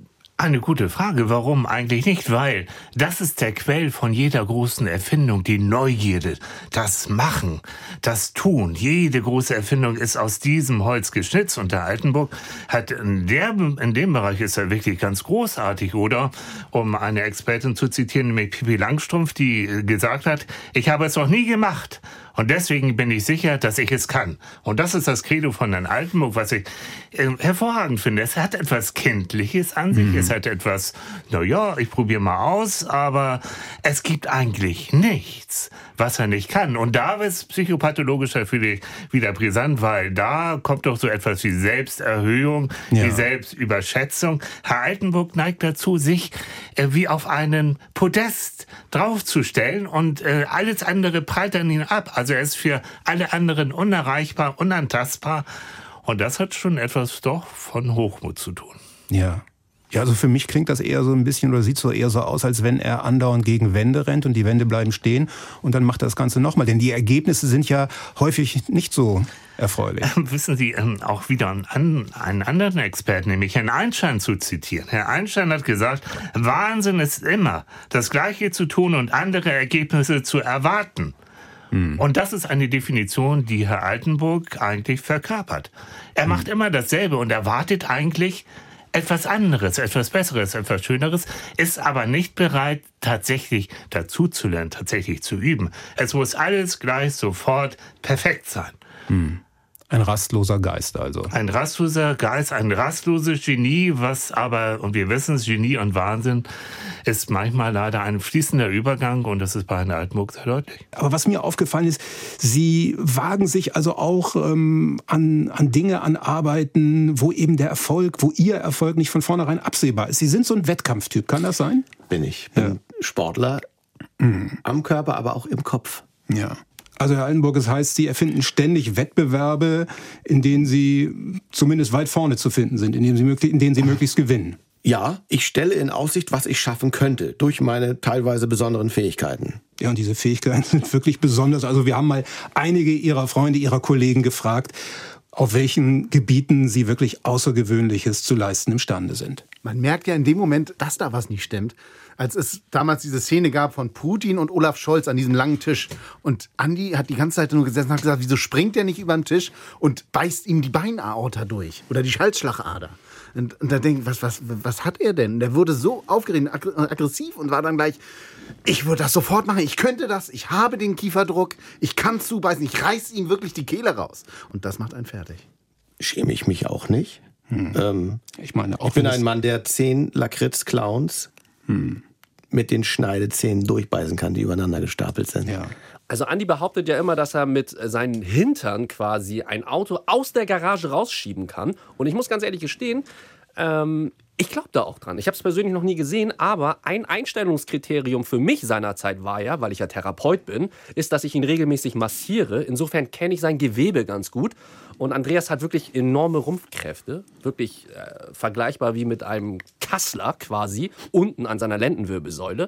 [SPEAKER 6] Eine gute Frage. Warum eigentlich nicht? Weil das ist der Quell von jeder großen Erfindung, die Neugierde, das Machen, das Tun. Jede große Erfindung ist aus diesem Holz geschnitzt und der Altenburg hat in dem Bereich ist er wirklich ganz großartig. Oder, um eine Expertin zu zitieren, nämlich Pippi Langstrumpf, die gesagt hat, ich habe es noch nie gemacht. Und deswegen bin ich sicher, dass ich es kann. Und das ist das Credo von Herrn Altenburg, was ich hervorragend finde. Es hat etwas Kindliches an sich. Es hat etwas, ich probiere mal aus, aber es gibt eigentlich nichts, was er nicht kann. Und da wird es psychopathologisch natürlich wieder brisant, weil da kommt doch so etwas wie Selbsterhöhung, wie Selbstüberschätzung. Herr Altenburg neigt dazu, sich wie auf einen Podest draufzustellen und alles andere prallt an ihn ab. Also er ist für alle anderen unerreichbar, unantastbar. Und das hat schon etwas doch von Hochmut zu tun.
[SPEAKER 2] Ja. Ja, also für mich klingt das eher so ein bisschen oder sieht so eher so aus, als wenn er andauernd gegen Wände rennt und die Wände bleiben stehen und dann macht er das Ganze nochmal. Denn die Ergebnisse sind ja häufig nicht so erfreulich.
[SPEAKER 6] Wissen Sie, auch wieder einen anderen Experten, nämlich Herrn Einstein zu zitieren. Herr Einstein hat gesagt, Wahnsinn ist immer, das Gleiche zu tun und andere Ergebnisse zu erwarten. Und das ist eine Definition, die Herr Altenburg eigentlich verkörpert. Er macht immer dasselbe und erwartet eigentlich etwas anderes, etwas Besseres, etwas Schöneres, ist aber nicht bereit, tatsächlich dazuzulernen, tatsächlich zu üben. Es muss alles gleich sofort perfekt sein.
[SPEAKER 2] Ein rastloser Geist also.
[SPEAKER 6] Ein rastloser Geist, ein rastloses Genie, was aber, und wir wissen es, Genie und Wahnsinn ist manchmal leider ein fließender Übergang und das ist bei Herrn Altenburg sehr deutlich.
[SPEAKER 2] Aber was mir aufgefallen ist, Sie wagen sich also auch an Dinge, an Arbeiten, wo eben der Erfolg, wo Ihr Erfolg nicht von vornherein absehbar ist. Sie sind so ein Wettkampftyp, kann das sein?
[SPEAKER 1] Bin Sportler am Körper, aber auch im Kopf.
[SPEAKER 2] Ja. Also Herr Altenburg, es heißt, Sie erfinden ständig Wettbewerbe, in denen Sie zumindest weit vorne zu finden sind, in denen Sie möglichst gewinnen.
[SPEAKER 1] Ja, ich stelle in Aussicht, was ich schaffen könnte, durch meine teilweise besonderen Fähigkeiten.
[SPEAKER 2] Ja, und diese Fähigkeiten sind wirklich besonders. Also wir haben mal einige Ihrer Freunde, Ihrer Kollegen gefragt, auf welchen Gebieten Sie wirklich Außergewöhnliches zu leisten imstande sind.
[SPEAKER 8] Man merkt ja in dem Moment, dass da was nicht stimmt. Als es damals diese Szene gab von Putin und Olaf Scholz an diesem langen Tisch. Und Andi hat die ganze Zeit nur gesessen und hat gesagt, wieso springt der nicht über den Tisch und beißt ihm die Beinaorta durch? Oder die Halsschlagader. Und da denke ich, was hat er denn? Der wurde so aufgeregt, aggressiv und war dann gleich, ich würde das sofort machen, ich könnte das, ich habe den Kieferdruck, ich kann zubeißen, ich reiß ihm wirklich die Kehle raus. Und das macht einen fertig.
[SPEAKER 1] Schäme ich mich auch nicht.
[SPEAKER 2] Ich meine, auch
[SPEAKER 1] ich bin ein Mann, der 10 Lakritz-Clowns mit den Schneidezähnen durchbeißen kann, die übereinander gestapelt sind.
[SPEAKER 2] Ja.
[SPEAKER 9] Also Andi behauptet ja immer, dass er mit seinen Hintern quasi ein Auto aus der Garage rausschieben kann. Und ich muss ganz ehrlich gestehen, ich glaube da auch dran. Ich habe es persönlich noch nie gesehen, aber ein Einstellungskriterium für mich seinerzeit war ja, weil ich ja Therapeut bin, ist, dass ich ihn regelmäßig massiere. Insofern kenne ich sein Gewebe ganz gut. Und Andreas hat wirklich enorme Rumpfkräfte, wirklich vergleichbar wie mit einem Kassler quasi, unten an seiner Lendenwirbelsäule.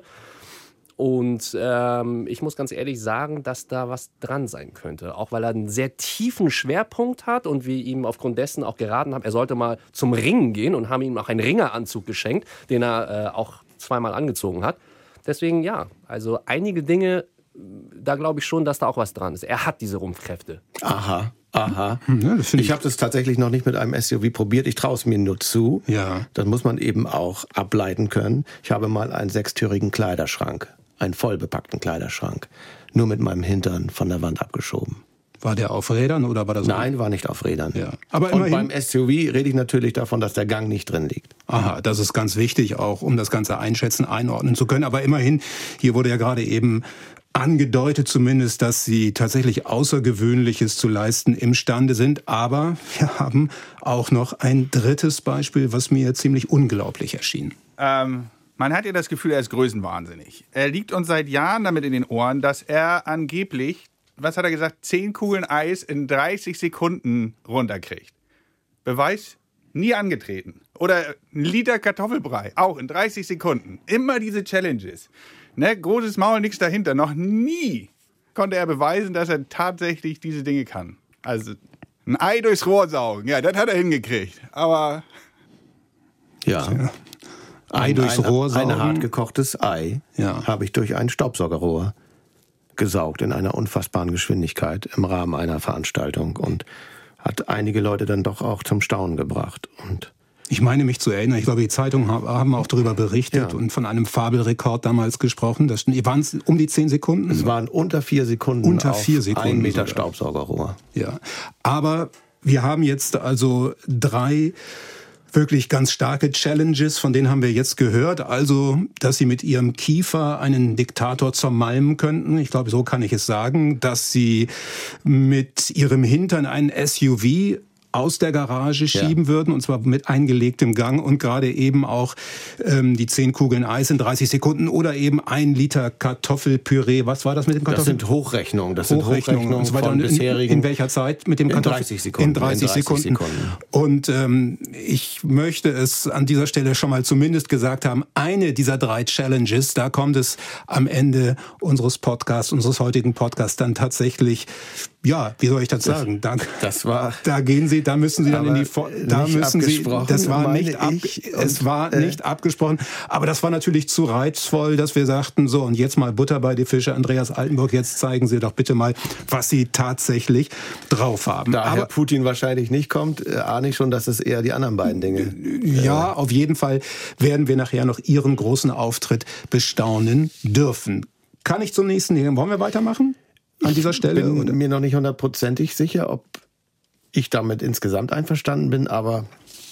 [SPEAKER 9] Und ich muss ganz ehrlich sagen, dass da was dran sein könnte. Auch weil er einen sehr tiefen Schwerpunkt hat und wir ihm aufgrund dessen auch geraten haben, er sollte mal zum Ringen gehen und haben ihm auch einen Ringeranzug geschenkt, den er auch zweimal angezogen hat. Deswegen ja, also einige Dinge, da glaube ich schon, dass da auch was dran ist. Er hat diese Rumpfkräfte.
[SPEAKER 1] Aha.
[SPEAKER 2] Ja,
[SPEAKER 1] Ich habe das tatsächlich noch nicht mit einem SUV probiert. Ich traue es mir nur zu.
[SPEAKER 2] Ja.
[SPEAKER 1] Das muss man eben auch ableiten können. Ich habe mal einen 6-türigen Kleiderschrank, einen vollbepackten Kleiderschrank, nur mit meinem Hintern von der Wand abgeschoben.
[SPEAKER 2] War der auf Rädern oder war das?
[SPEAKER 1] Nein, war nicht auf Rädern.
[SPEAKER 2] Ja. Aber
[SPEAKER 1] und
[SPEAKER 2] immerhin,
[SPEAKER 1] beim SUV rede ich natürlich davon, dass der Gang nicht drin liegt.
[SPEAKER 2] Aha, das ist ganz wichtig auch, um das Ganze einschätzen, einordnen zu können. Aber immerhin, hier wurde ja gerade eben angedeutet zumindest, dass Sie tatsächlich Außergewöhnliches zu leisten imstande sind. Aber wir haben auch noch ein drittes Beispiel, was mir ziemlich unglaublich erschien.
[SPEAKER 10] Man hat ja das Gefühl, er ist größenwahnsinnig. Er liegt uns seit Jahren damit in den Ohren, dass er angeblich, was hat er gesagt, 10 Kugeln Eis in 30 Sekunden runterkriegt. Beweis? Nie angetreten. Oder 1 Liter Kartoffelbrei, auch in 30 Sekunden. Immer diese Challenges. Ne, großes Maul, nichts dahinter. Noch nie konnte er beweisen, dass er tatsächlich diese Dinge kann. Also ein Ei durchs Rohr saugen, ja, das hat er hingekriegt. Aber
[SPEAKER 1] Ja.
[SPEAKER 2] Ei durchs Rohr saugen.
[SPEAKER 1] Ein hart gekochtes Ei habe ich durch ein Staubsaugerrohr gesaugt in einer unfassbaren Geschwindigkeit im Rahmen einer Veranstaltung und hat einige Leute dann doch auch zum Staunen gebracht. Und
[SPEAKER 2] ich meine mich zu erinnern, ich glaube, die Zeitungen haben auch darüber berichtet und von einem Fabelrekord damals gesprochen. Das waren es um die 10 Sekunden?
[SPEAKER 1] Es waren unter 4 Sekunden
[SPEAKER 2] unter
[SPEAKER 1] auf
[SPEAKER 2] 4 Sekunden
[SPEAKER 1] 1 Meter Staubsaugerrohr.
[SPEAKER 2] Ja, aber wir haben jetzt also 3 wirklich ganz starke Challenges, von denen haben wir jetzt gehört. Also, dass sie mit ihrem Kiefer einen Diktator zermalmen könnten. Ich glaube, so kann ich es sagen. Dass sie mit ihrem Hintern einen SUV aus der Garage schieben würden, und zwar mit eingelegtem Gang und gerade eben auch die 10 Kugeln Eis in 30 Sekunden oder eben 1 Liter Kartoffelpüree. Was war das mit den Kartoffeln?
[SPEAKER 1] Das sind Hochrechnungen. Das sind Hochrechnungen
[SPEAKER 2] und so weiter.
[SPEAKER 1] Von bisherigen.
[SPEAKER 2] In welcher Zeit mit dem Kartoffel?
[SPEAKER 1] In 30 Sekunden.
[SPEAKER 2] In 30 Sekunden. Und ich möchte es an dieser Stelle schon mal zumindest gesagt haben, eine dieser 3 Challenges, da kommt es am Ende unseres heutigen Podcasts dann tatsächlich, ja, wie soll ich das sagen? Da gehen Sie, da müssen Sie dann in die, da müssen Sie, das war nicht nicht abgesprochen, aber das war natürlich zu reizvoll, dass wir sagten, so, und jetzt mal Butter bei die Fische, Andreas Altenburg, jetzt zeigen Sie doch bitte mal, was Sie tatsächlich drauf haben.
[SPEAKER 1] Da Herr Putin wahrscheinlich nicht kommt, ahne ich schon, dass es eher die anderen beiden Dinge.
[SPEAKER 2] Ja, auf jeden Fall werden wir nachher noch Ihren großen Auftritt bestaunen dürfen. Kann ich zum nächsten Ding? Wollen wir weitermachen? An dieser Stelle?
[SPEAKER 1] Ich bin mir noch nicht 100%ig sicher, ob ich damit insgesamt einverstanden bin, aber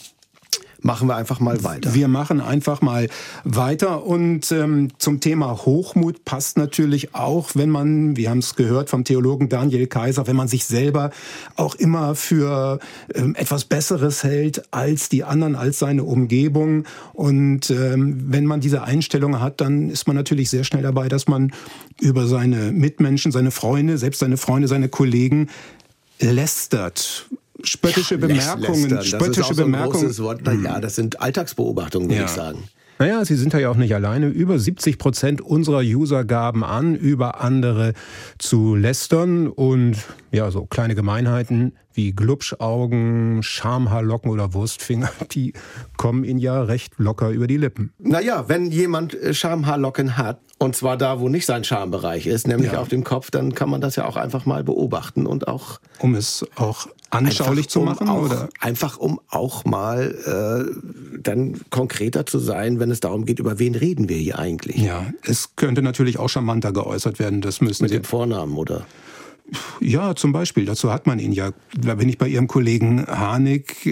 [SPEAKER 1] machen wir einfach mal weiter.
[SPEAKER 2] Wir machen einfach mal weiter und zum Thema Hochmut passt natürlich auch, wenn man, wir haben es gehört vom Theologen Daniel Kaiser, wenn man sich selber auch immer für etwas Besseres hält als die anderen, als seine Umgebung, und wenn man diese Einstellung hat, dann ist man natürlich sehr schnell dabei, dass man über seine Mitmenschen, seine Freunde, selbst seine Freunde, seine Kollegen lästert. Spöttische Bemerkungen.
[SPEAKER 1] Das ist auch so ein großes Wort. Ja, das sind Alltagsbeobachtungen, würde ich sagen.
[SPEAKER 2] Naja, Sie sind da ja auch nicht alleine. Über 70% unserer User gaben an, über andere zu lästern. Und ja, so kleine Gemeinheiten wie Glubschaugen, Schamhaarlocken oder Wurstfinger, die kommen Ihnen ja recht locker über die Lippen.
[SPEAKER 1] Naja, wenn jemand Schamhaarlocken hat, und zwar da, wo nicht sein Schambereich ist, nämlich auf dem Kopf, dann kann man das ja auch einfach mal beobachten und auch...
[SPEAKER 2] Um es auch anschaulich zu machen? Oder?
[SPEAKER 1] Einfach um auch mal dann konkreter zu sein, wenn es darum geht, über wen reden wir hier eigentlich.
[SPEAKER 2] Ja, es könnte natürlich auch charmanter geäußert werden. Das müssen
[SPEAKER 1] mit dem Vornamen, oder?
[SPEAKER 2] Ja, zum Beispiel. Dazu hat man ihn ja. Da bin ich bei Ihrem Kollegen Harnik,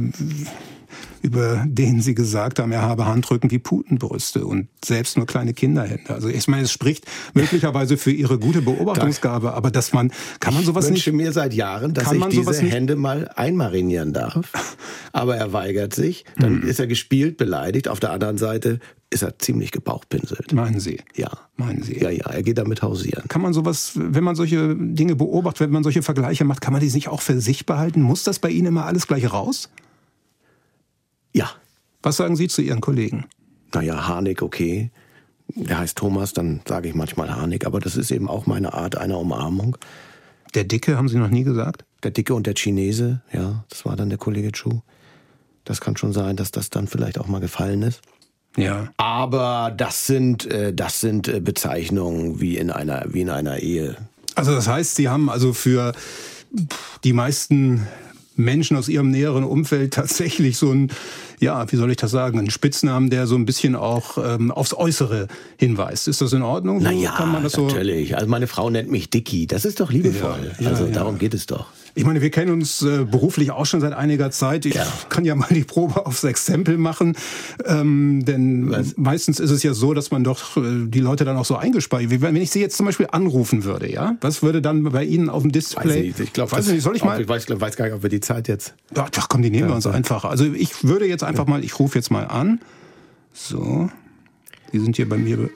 [SPEAKER 2] über den Sie gesagt haben, er habe Handrücken wie Putenbrüste und selbst nur kleine Kinderhände. Also ich meine, es spricht möglicherweise für Ihre gute Beobachtungsgabe, aber kann man sowas nicht...
[SPEAKER 1] Ich wünsche mir seit Jahren, dass ich diese Hände mal einmarinieren darf, aber er weigert sich, dann ist er gespielt, beleidigt, auf der anderen Seite ist er ziemlich gebauchpinselt.
[SPEAKER 2] Meinen Sie?
[SPEAKER 1] Ja.
[SPEAKER 2] Meinen Sie?
[SPEAKER 1] Ja, er geht damit hausieren.
[SPEAKER 2] Kann man sowas, wenn man solche Dinge beobachtet, wenn man solche Vergleiche macht, kann man die nicht auch für sich behalten? Muss das bei Ihnen immer alles gleich raus?
[SPEAKER 1] Ja.
[SPEAKER 2] Was sagen Sie zu Ihren Kollegen?
[SPEAKER 1] Naja, Harnik, okay. Der heißt Thomas, dann sage ich manchmal Harnik, aber das ist eben auch meine Art einer Umarmung.
[SPEAKER 2] Der Dicke, haben Sie noch nie gesagt?
[SPEAKER 1] Der Dicke und der Chinese, ja, das war dann der Kollege Chu. Das kann schon sein, dass das dann vielleicht auch mal gefallen ist.
[SPEAKER 2] Ja.
[SPEAKER 1] Aber das sind Bezeichnungen wie in einer Ehe.
[SPEAKER 2] Also das heißt, Sie haben also für die meisten Menschen aus Ihrem näheren Umfeld tatsächlich so ein, ja, wie soll ich das sagen, einen Spitznamen, der so ein bisschen auch aufs Äußere hinweist. Ist das in Ordnung?
[SPEAKER 1] Naja, kann man das natürlich. Also meine Frau nennt mich Dicky. Das ist doch liebevoll. Ja, also darum geht es doch.
[SPEAKER 2] Ich meine, wir kennen uns beruflich auch schon seit einiger Zeit. Ich kann ja mal die Probe aufs Exempel machen. Denn meistens ist es ja so, dass man doch die Leute dann auch so eingespeichert. Wenn ich Sie jetzt zum Beispiel anrufen würde, ja? Was würde dann bei Ihnen auf dem Display?
[SPEAKER 1] Ich glaube, soll ich mal? Ich weiß gar nicht, ob wir die Zeit jetzt...
[SPEAKER 2] Ach komm, die nehmen wir uns einfach. Also ich würde jetzt einfach mal, ich rufe jetzt mal an. So. Die sind hier bei mir.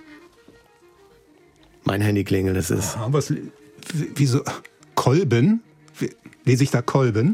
[SPEAKER 1] Mein Handy klingelt, das ist...
[SPEAKER 2] Wieso? Kolben? Lese ich da Kolben?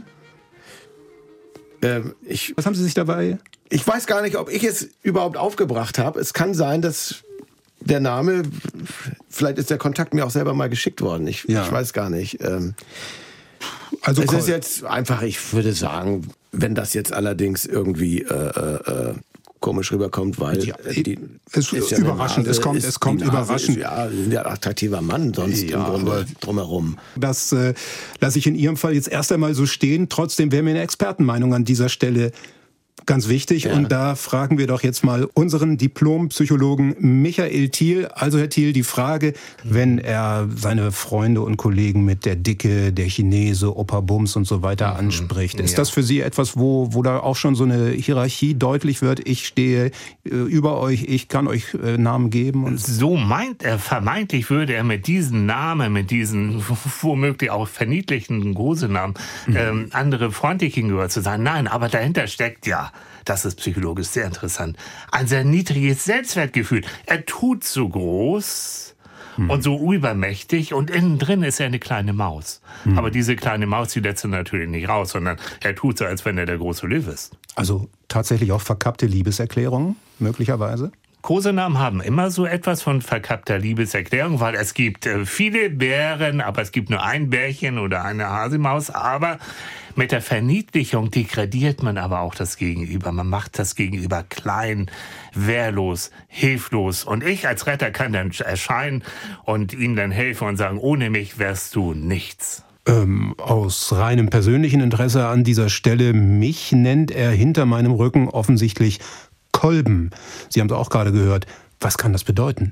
[SPEAKER 2] Was haben Sie sich dabei?
[SPEAKER 1] Ich weiß gar nicht, ob ich es überhaupt aufgebracht habe. Es kann sein, dass der Name, vielleicht ist der Kontakt mir auch selber mal geschickt worden. Ich weiß gar nicht.
[SPEAKER 2] Also
[SPEAKER 1] es ist jetzt einfach, ich würde sagen, wenn das jetzt allerdings irgendwie komisch rüberkommt, weil
[SPEAKER 2] es ist ja überraschend. Es kommt überraschend.
[SPEAKER 1] Sie sind ja ein attraktiver Mann sonst im Grunde drumherum.
[SPEAKER 2] Das lasse ich in Ihrem Fall jetzt erst einmal so stehen. Trotzdem wäre mir eine Expertenmeinung an dieser Stelle ganz wichtig. Ja. Und da fragen wir doch jetzt mal unseren Diplompsychologen Michael Thiel. Also Herr Thiel, die Frage, wenn er seine Freunde und Kollegen mit der Dicke, der Chinese, Opa Bums und so weiter anspricht, ist das für Sie etwas, wo da auch schon so eine Hierarchie deutlich wird? Ich stehe über euch, ich kann euch Namen geben? Und
[SPEAKER 6] so meint er, vermeintlich würde er mit diesen Namen, mit diesen womöglich auch verniedlichten Kosenamen andere freundlich gegenüber zu sein. Nein, aber dahinter steckt das ist psychologisch sehr interessant, ein sehr niedriges Selbstwertgefühl. Er tut so groß und so übermächtig und innen drin ist er eine kleine Maus. Aber diese kleine Maus, die lässt er natürlich nicht raus, sondern er tut so, als wenn er der große Löwe ist.
[SPEAKER 2] Also tatsächlich auch verkappte Liebeserklärungen, möglicherweise?
[SPEAKER 6] Kosenamen haben immer so etwas von verkappter Liebeserklärung, weil es gibt viele Bären, aber es gibt nur ein Bärchen oder eine Hasemaus. Aber mit der Verniedlichung degradiert man aber auch das Gegenüber. Man macht das Gegenüber klein, wehrlos, hilflos. Und ich als Retter kann dann erscheinen und ihm dann helfen und sagen, ohne mich wärst du nichts.
[SPEAKER 2] Aus reinem persönlichen Interesse an dieser Stelle, mich nennt er hinter meinem Rücken offensichtlich Kolben. Sie haben es auch gerade gehört. Was kann das bedeuten?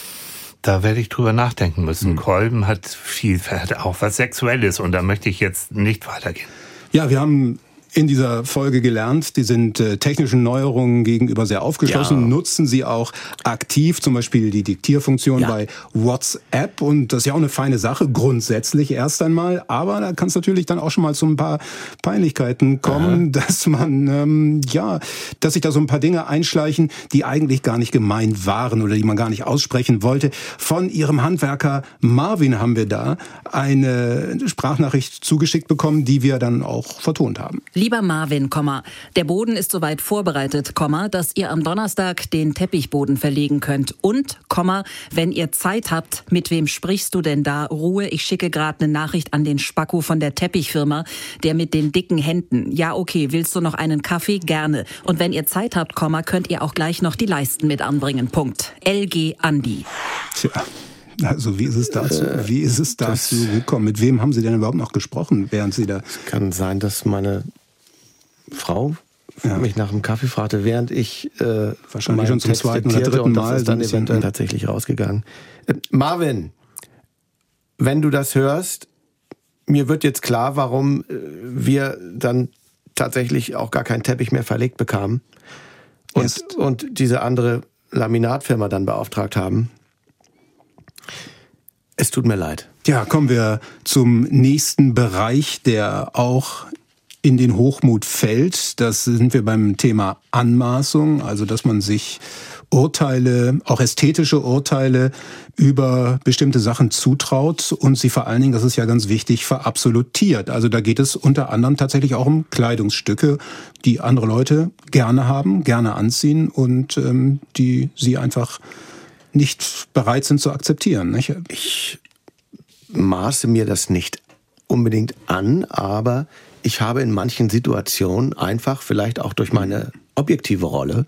[SPEAKER 6] Da werde ich drüber nachdenken müssen. Kolben hat auch was Sexuelles und da möchte ich jetzt nicht weitergehen.
[SPEAKER 2] Ja, wir haben in dieser Folge gelernt, die sind technischen Neuerungen gegenüber sehr aufgeschlossen, nutzen sie auch aktiv, zum Beispiel die Diktierfunktion bei WhatsApp, und das ist ja auch eine feine Sache, grundsätzlich erst einmal, aber da kann es natürlich dann auch schon mal zu ein paar Peinlichkeiten kommen, dass man, dass sich da so ein paar Dinge einschleichen, die eigentlich gar nicht gemeint waren oder die man gar nicht aussprechen wollte. Von Ihrem Handwerker Marvin haben wir da eine Sprachnachricht zugeschickt bekommen, die wir dann auch vertont haben.
[SPEAKER 11] Lieber Marvin, der Boden ist soweit vorbereitet, dass ihr am Donnerstag den Teppichboden verlegen könnt. Und, wenn ihr Zeit habt, mit wem sprichst du denn da? Ruhe, ich schicke gerade eine Nachricht an den Spacko von der Teppichfirma, der mit den dicken Händen. Ja, okay, willst du noch einen Kaffee? Gerne. Und wenn ihr Zeit habt, könnt ihr auch gleich noch die Leisten mit anbringen. Punkt. LG Andi.
[SPEAKER 2] Tja. Also wie ist es dazu gekommen? Mit wem haben Sie denn überhaupt noch gesprochen, während Sie da...
[SPEAKER 1] Es kann sein, dass meine Frau mich nach dem Kaffee fragte, während ich
[SPEAKER 2] wahrscheinlich schon zum zweiten oder dritten Mal.
[SPEAKER 1] Das ist dann eventuell tatsächlich rausgegangen. Marvin, wenn du das hörst, mir wird jetzt klar, warum wir dann tatsächlich auch gar keinen Teppich mehr verlegt bekamen und diese andere Laminatfirma dann beauftragt haben. Es tut mir leid.
[SPEAKER 2] Ja, kommen wir zum nächsten Bereich, der auch in den Hochmut fällt. Das sind wir beim Thema Anmaßung, also dass man sich Urteile, auch ästhetische Urteile über bestimmte Sachen zutraut und sie vor allen Dingen, das ist ja ganz wichtig, verabsolutiert. Also da geht es unter anderem tatsächlich auch um Kleidungsstücke, die andere Leute gerne haben, gerne anziehen und die sie einfach nicht bereit sind zu akzeptieren. Nicht?
[SPEAKER 1] Ich maße mir das nicht unbedingt an, aber ich habe in manchen Situationen einfach, vielleicht auch durch meine objektive Rolle,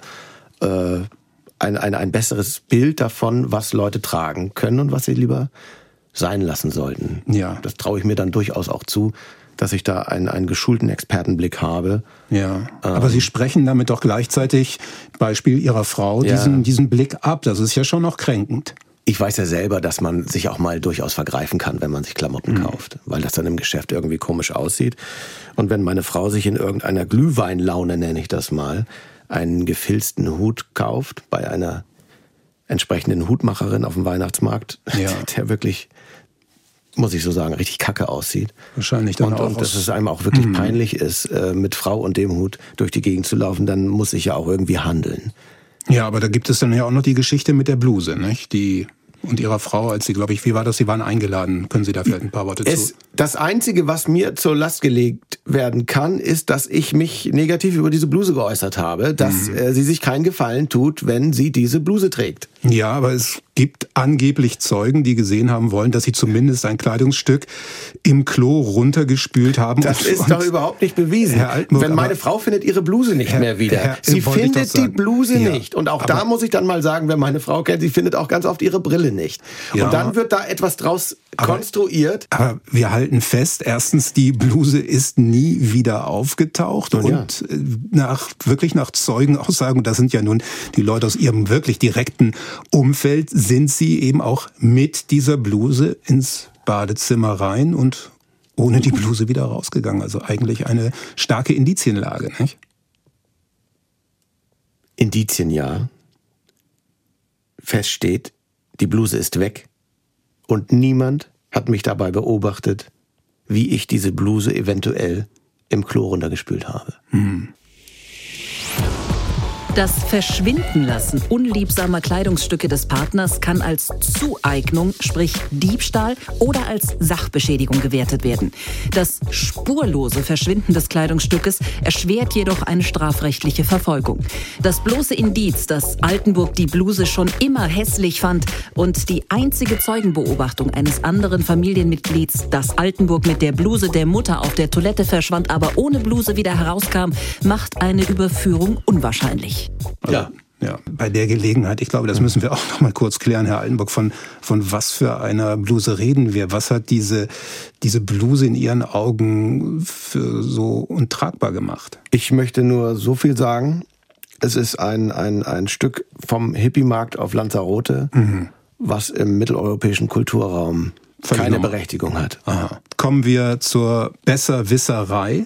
[SPEAKER 1] ein besseres Bild davon, was Leute tragen können und was sie lieber sein lassen sollten.
[SPEAKER 2] Ja.
[SPEAKER 1] Das traue ich mir dann durchaus auch zu, dass ich da einen geschulten Expertenblick habe.
[SPEAKER 2] Ja, aber Sie sprechen damit doch gleichzeitig, Beispiel Ihrer Frau, diesen Blick ab. Das ist ja schon noch kränkend.
[SPEAKER 1] Ich weiß ja selber, dass man sich auch mal durchaus vergreifen kann, wenn man sich Klamotten kauft, weil das dann im Geschäft irgendwie komisch aussieht. Und wenn meine Frau sich in irgendeiner Glühweinlaune, nenne ich das mal, einen gefilzten Hut kauft bei einer entsprechenden Hutmacherin auf dem Weihnachtsmarkt, der wirklich, muss ich so sagen, richtig kacke aussieht.
[SPEAKER 2] Wahrscheinlich dann auch.
[SPEAKER 1] Und dass es einem auch wirklich peinlich ist, mit Frau und dem Hut durch die Gegend zu laufen, dann muss ich ja auch irgendwie handeln.
[SPEAKER 2] Ja, aber da gibt es dann ja auch noch die Geschichte mit der Bluse, nicht? Die und Ihrer Frau, als Sie, glaube ich, wie war das? Sie waren eingeladen. Können Sie da vielleicht ein paar Worte zu?
[SPEAKER 1] Das Einzige, was mir zur Last gelegt werden kann, ist, dass ich mich negativ über diese Bluse geäußert habe, dass sie sich keinen Gefallen tut, wenn sie diese Bluse trägt.
[SPEAKER 2] Ja, aber es gibt angeblich Zeugen, die gesehen haben wollen, dass sie zumindest ein Kleidungsstück im Klo runtergespült haben.
[SPEAKER 1] Das ist doch überhaupt nicht bewiesen. Wenn meine Frau findet ihre Bluse nicht mehr wieder. Sie findet die Bluse nicht. Und auch da muss ich dann mal sagen, wer meine Frau kennt, sie findet auch ganz oft ihre Brille nicht. Ja, und dann wird da etwas draus konstruiert.
[SPEAKER 2] Aber wir halten fest, erstens, die Bluse ist nie wieder aufgetaucht. Und wirklich nach Zeugenaussagen, das sind ja nun die Leute aus ihrem wirklich direkten Umfeld, sind sie eben auch mit dieser Bluse ins Badezimmer rein und ohne die Bluse wieder rausgegangen. Also eigentlich eine starke Indizienlage, nicht?
[SPEAKER 1] Indizien, ja. Fest steht, die Bluse ist weg und niemand hat mich dabei beobachtet, wie ich diese Bluse eventuell im Klo runtergespült habe.
[SPEAKER 11] Das Verschwindenlassen unliebsamer Kleidungsstücke des Partners kann als Zueignung, sprich Diebstahl oder als Sachbeschädigung gewertet werden. Das spurlose Verschwinden des Kleidungsstückes erschwert jedoch eine strafrechtliche Verfolgung. Das bloße Indiz, dass Altenburg die Bluse schon immer hässlich fand und die einzige Zeugenbeobachtung eines anderen Familienmitglieds, dass Altenburg mit der Bluse der Mutter auf der Toilette verschwand, aber ohne Bluse wieder herauskam, macht eine Überführung unwahrscheinlich.
[SPEAKER 2] Ja, bei der Gelegenheit, ich glaube, das müssen wir auch noch mal kurz klären, Herr Altenburg, von was für einer Bluse reden wir? Was hat diese Bluse in Ihren Augen für so untragbar gemacht?
[SPEAKER 1] Ich möchte nur so viel sagen, es ist ein Stück vom Hippie-Markt auf Lanzarote, was im mitteleuropäischen Kulturraum keine Berechtigung hat.
[SPEAKER 2] Aha. Kommen wir zur Besserwisserei.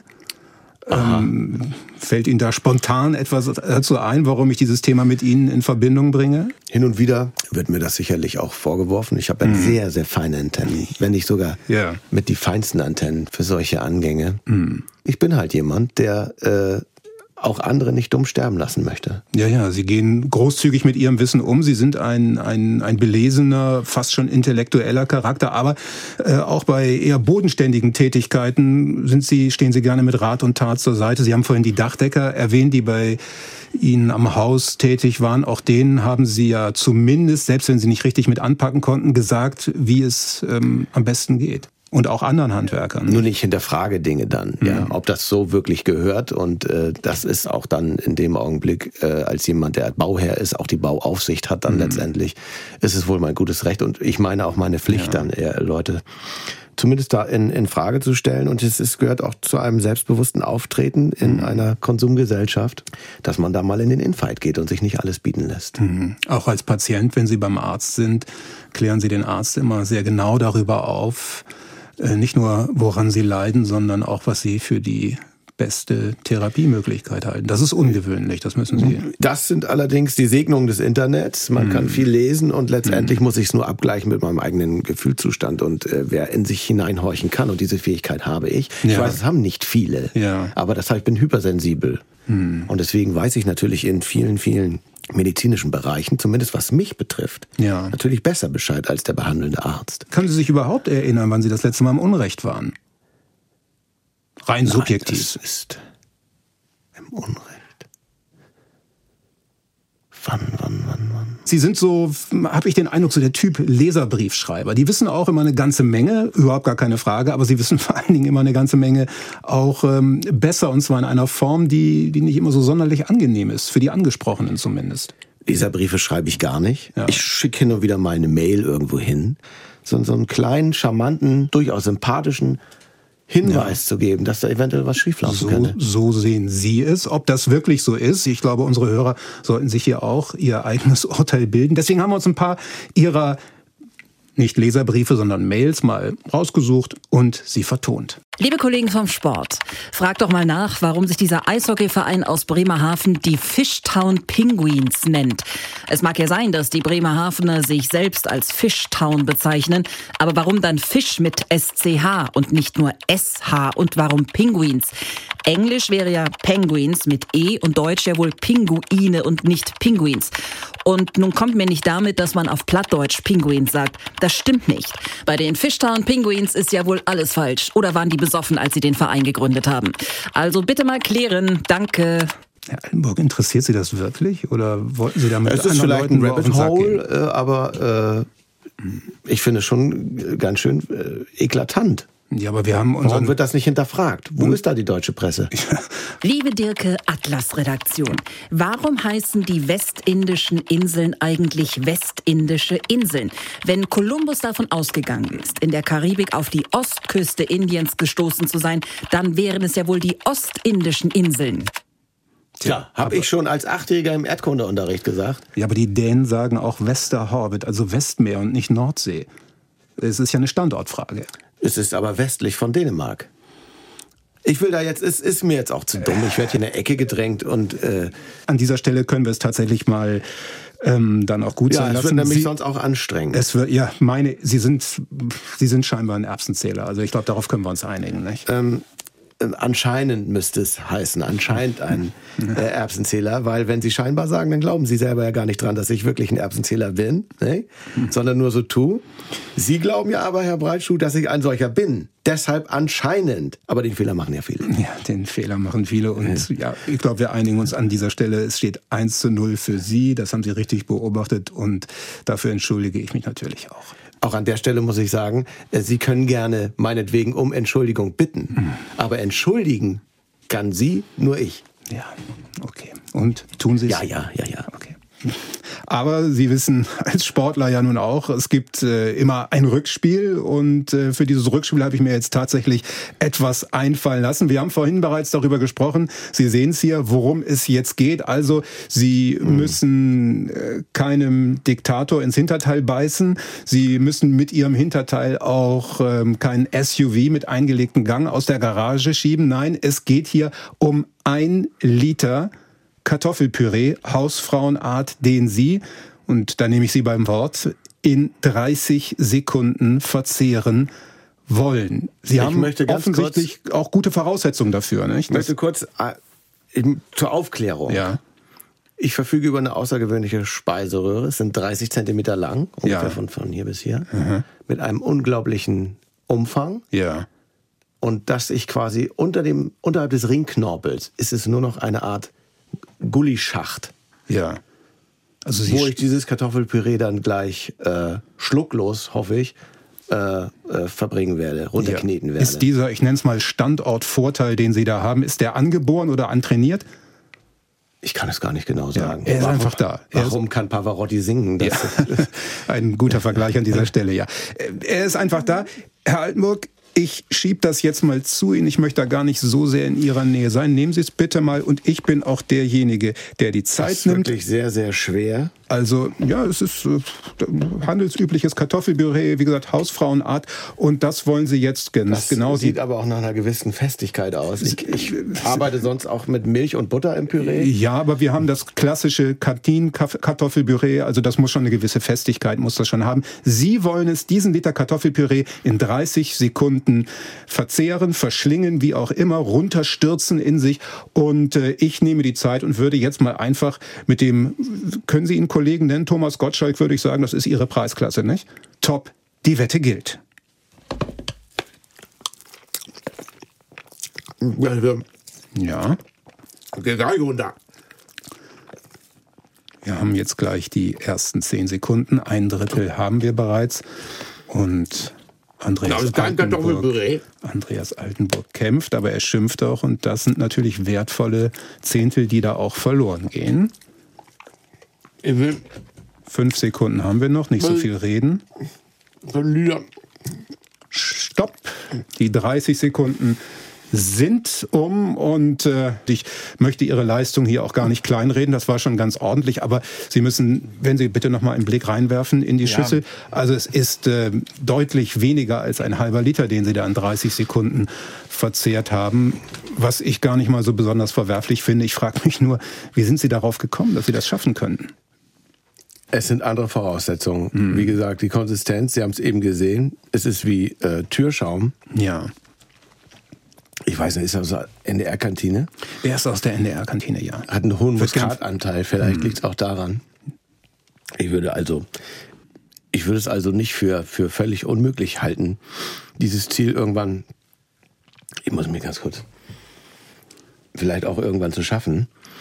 [SPEAKER 2] Fällt Ihnen da spontan etwas dazu ein, warum ich dieses Thema mit Ihnen in Verbindung bringe?
[SPEAKER 1] Hin und wieder wird mir das sicherlich auch vorgeworfen. Ich habe sehr, sehr feine Antennen, wenn nicht sogar mit die feinsten Antennen für solche Angänge. Ich bin halt jemand, der auch andere nicht dumm sterben lassen möchte.
[SPEAKER 2] Ja, Sie gehen großzügig mit Ihrem Wissen um. Sie sind ein belesener, fast schon intellektueller Charakter, aber auch bei eher bodenständigen Tätigkeiten stehen Sie gerne mit Rat und Tat zur Seite. Sie haben vorhin die Dachdecker erwähnt, die bei Ihnen am Haus tätig waren. Auch denen haben Sie ja zumindest, selbst wenn Sie nicht richtig mit anpacken konnten, gesagt, wie es am besten geht. Und auch anderen Handwerkern.
[SPEAKER 1] Nur nicht hinterfrage Dinge dann, ob das so wirklich gehört. Und das ist auch dann in dem Augenblick, als jemand, der Bauherr ist, auch die Bauaufsicht hat dann letztendlich, ist es wohl mein gutes Recht. Und ich meine auch meine Pflicht dann, Leute zumindest da in Frage zu stellen. Und es gehört auch zu einem selbstbewussten Auftreten in einer Konsumgesellschaft, dass man da mal in den Infight geht und sich nicht alles bieten lässt.
[SPEAKER 2] Auch als Patient, wenn Sie beim Arzt sind, klären Sie den Arzt immer sehr genau darüber auf, nicht nur, woran Sie leiden, sondern auch, was Sie für die beste Therapiemöglichkeit halten. Das ist ungewöhnlich, das müssen Sie.
[SPEAKER 1] Das sind allerdings die Segnungen des Internets. Man kann viel lesen und letztendlich muss ich es nur abgleichen mit meinem eigenen Gefühlszustand. Und wer in sich hineinhorchen kann, und diese Fähigkeit habe ich. Ich weiß, es haben nicht viele, aber das heißt, ich bin hypersensibel. Und deswegen weiß ich natürlich in vielen, vielen medizinischen Bereichen, zumindest was mich betrifft, natürlich besser Bescheid als der behandelnde Arzt.
[SPEAKER 2] Können Sie sich überhaupt erinnern, wann Sie das letzte Mal im Unrecht waren? Rein subjektiv.
[SPEAKER 1] Das ist im Unrecht. Wann?
[SPEAKER 2] Sie sind so, habe ich den Eindruck, so der Typ Leserbriefschreiber. Die wissen auch immer eine ganze Menge, überhaupt gar keine Frage, aber sie wissen vor allen Dingen immer eine ganze Menge auch besser, und zwar in einer Form, die nicht immer so sonderlich angenehm ist, für die Angesprochenen zumindest.
[SPEAKER 1] Leserbriefe schreibe ich gar nicht. Ja. Ich schicke hin und wieder mal eine Mail irgendwo hin. So einen kleinen, charmanten, durchaus sympathischen Hinweis zu geben, dass da eventuell was schieflaufen könnte.
[SPEAKER 2] So sehen Sie es. Ob das wirklich so ist, ich glaube, unsere Hörer sollten sich hier auch ihr eigenes Urteil bilden. Deswegen haben wir uns ein paar Ihrer, nicht Leserbriefe, sondern Mails mal rausgesucht und sie vertont.
[SPEAKER 11] Liebe Kollegen vom Sport, fragt doch mal nach, warum sich dieser Eishockeyverein aus Bremerhaven die Fishtown Penguins nennt. Es mag ja sein, dass die Bremerhavener sich selbst als Fishtown bezeichnen, aber warum dann Fisch mit SCH und nicht nur SH, und warum Penguins? Englisch wäre ja Penguins mit E und Deutsch ja wohl Pinguine und nicht Pinguins. Und nun kommt mir nicht damit, dass man auf Plattdeutsch Pinguins sagt. Das stimmt nicht. Bei den Fishtown Penguins ist ja wohl alles falsch. Oder waren die besoffen, als sie den Verein gegründet haben? Also bitte mal klären. Danke.
[SPEAKER 2] Herr Altenburg, interessiert Sie das wirklich? Oder wollten Sie damit
[SPEAKER 1] es ist vielleicht ein Rabbit Hole, aber ich finde es schon ganz schön eklatant.
[SPEAKER 2] Ja, aber wir haben
[SPEAKER 1] Warum wird das nicht hinterfragt? Wo ist da die deutsche Presse?
[SPEAKER 11] Liebe Dirke, Atlas-Redaktion. Warum heißen die westindischen Inseln eigentlich westindische Inseln? Wenn Kolumbus davon ausgegangen ist, in der Karibik auf die Ostküste Indiens gestoßen zu sein, dann wären es ja wohl die ostindischen Inseln.
[SPEAKER 1] Tja, habe ich schon als 8-Jähriger im Erdkundeunterricht gesagt.
[SPEAKER 2] Ja, aber die Dänen sagen auch Westerhavet, also Westmeer und nicht Nordsee. Es ist ja eine Standortfrage.
[SPEAKER 1] Es ist aber westlich von Dänemark. Ich will da jetzt, es ist mir jetzt auch zu dumm. Ich werde hier in eine Ecke gedrängt und...
[SPEAKER 2] An dieser Stelle können wir es tatsächlich mal dann auch gut sein lassen.
[SPEAKER 1] Ja, es wird nämlich sonst auch anstrengend.
[SPEAKER 2] Es wird, Sie sind scheinbar ein Erbsenzähler. Also ich glaube, darauf können wir uns einigen, nicht?
[SPEAKER 1] Anscheinend müsste es heißen, anscheinend ein Erbsenzähler, weil wenn Sie scheinbar sagen, dann glauben Sie selber ja gar nicht dran, dass ich wirklich ein Erbsenzähler bin, ne? Sondern nur so tue. Sie glauben ja aber, Herr Breitschuh, dass ich ein solcher bin. Deshalb anscheinend. Aber den Fehler machen ja viele.
[SPEAKER 2] Ja, den Fehler machen viele und ja, ich glaube, wir einigen uns an dieser Stelle. Es steht 1:0 für Sie, das haben Sie richtig beobachtet und dafür entschuldige ich mich natürlich auch.
[SPEAKER 1] Auch an der Stelle muss ich sagen, Sie können gerne meinetwegen um Entschuldigung bitten. Aber entschuldigen kann Sie, nur ich.
[SPEAKER 2] Ja, okay. Und tun Sie es?
[SPEAKER 1] Ja.
[SPEAKER 2] Okay. Aber Sie wissen als Sportler ja nun auch, es gibt immer ein Rückspiel und für dieses Rückspiel habe ich mir jetzt tatsächlich etwas einfallen lassen. Wir haben vorhin bereits darüber gesprochen, Sie sehen es hier, worum es jetzt geht. Also Sie müssen keinem Diktator ins Hinterteil beißen. Sie müssen mit Ihrem Hinterteil auch kein SUV mit eingelegtem Gang aus der Garage schieben. Nein, es geht hier um 1 Liter Kartoffelpüree, Hausfrauenart, den Sie, und da nehme ich Sie beim Wort, in 30 Sekunden verzehren wollen. Sie haben offensichtlich auch gute Voraussetzungen dafür, nicht?
[SPEAKER 1] Ich möchte kurz zur Aufklärung.
[SPEAKER 2] Ja.
[SPEAKER 1] Ich verfüge über eine außergewöhnliche Speiseröhre. Es sind 30 Zentimeter lang, ungefähr von hier bis hier, mit einem unglaublichen Umfang.
[SPEAKER 2] Ja.
[SPEAKER 1] Und dass ich quasi unterhalb des Ringknorpels ist es nur noch eine Art Gullischacht.
[SPEAKER 2] Ja. Also
[SPEAKER 1] wo ich dieses Kartoffelpüree dann gleich schlucklos, hoffe ich, verbringen werde, runterkneten werde.
[SPEAKER 2] Ist dieser, ich nenne es mal Standortvorteil, den Sie da haben, ist der angeboren oder antrainiert?
[SPEAKER 1] Ich kann es gar nicht genau sagen.
[SPEAKER 2] Er ist einfach da.
[SPEAKER 1] Warum kann Pavarotti singen?
[SPEAKER 2] Ja. Ein guter Vergleich an dieser Stelle, ja. Er ist einfach da. Herr Altenburg, ich schiebe das jetzt mal zu Ihnen. Ich möchte da gar nicht so sehr in Ihrer Nähe sein. Nehmen Sie es bitte mal. Und ich bin auch derjenige, der die Zeit nimmt. Das ist
[SPEAKER 1] wirklich sehr, sehr schwer.
[SPEAKER 2] Also, ja, es ist handelsübliches Kartoffelpüree, wie gesagt, Hausfrauenart. Und das wollen Sie jetzt genau.
[SPEAKER 1] Das sieht aber auch nach einer gewissen Festigkeit aus. Ich arbeite sonst auch mit Milch und Butter im Püree.
[SPEAKER 2] Ja, aber wir haben das klassische Kartoffelpüree. Also das muss schon eine gewisse Festigkeit, muss das schon haben. Sie wollen diesen Liter Kartoffelpüree in 30 Sekunden verzehren, verschlingen, wie auch immer, runterstürzen in sich. Und ich nehme die Zeit und würde jetzt mal einfach mit dem, können Sie ihn Kollegen nennen, Thomas Gottschalk, würde ich sagen, das ist Ihre Preisklasse, nicht? Top, die Wette gilt. Ja. Wir haben jetzt gleich die ersten 10 Sekunden. 1/3 haben wir bereits. Und Andreas Altenburg kämpft, aber er schimpft auch. Und das sind natürlich wertvolle Zehntel, die da auch verloren gehen. 5 Sekunden haben wir noch, nicht so viel reden. Stopp! Die 30 Sekunden sind um und ich möchte Ihre Leistung hier auch gar nicht kleinreden, das war schon ganz ordentlich, aber Sie müssen, wenn Sie bitte noch mal einen Blick reinwerfen in die Schüssel, also es ist deutlich weniger als ein halber Liter, den Sie da in 30 Sekunden verzehrt haben, was ich gar nicht mal so besonders verwerflich finde. Ich frage mich nur, wie sind Sie darauf gekommen, dass Sie das schaffen könnten?
[SPEAKER 1] Es sind andere Voraussetzungen. Wie gesagt, die Konsistenz, Sie haben es eben gesehen, es ist wie Türschaum.
[SPEAKER 2] Ja.
[SPEAKER 1] Ich weiß nicht, ist er aus der NDR-Kantine?
[SPEAKER 2] Er ist aus der NDR-Kantine, ja.
[SPEAKER 1] Hat einen hohen Muskatanteil, vielleicht liegt es auch daran. Ich würde es also nicht für völlig unmöglich halten, dieses Ziel irgendwann, ich muss mich ganz kurz, vielleicht auch irgendwann zu schaffen.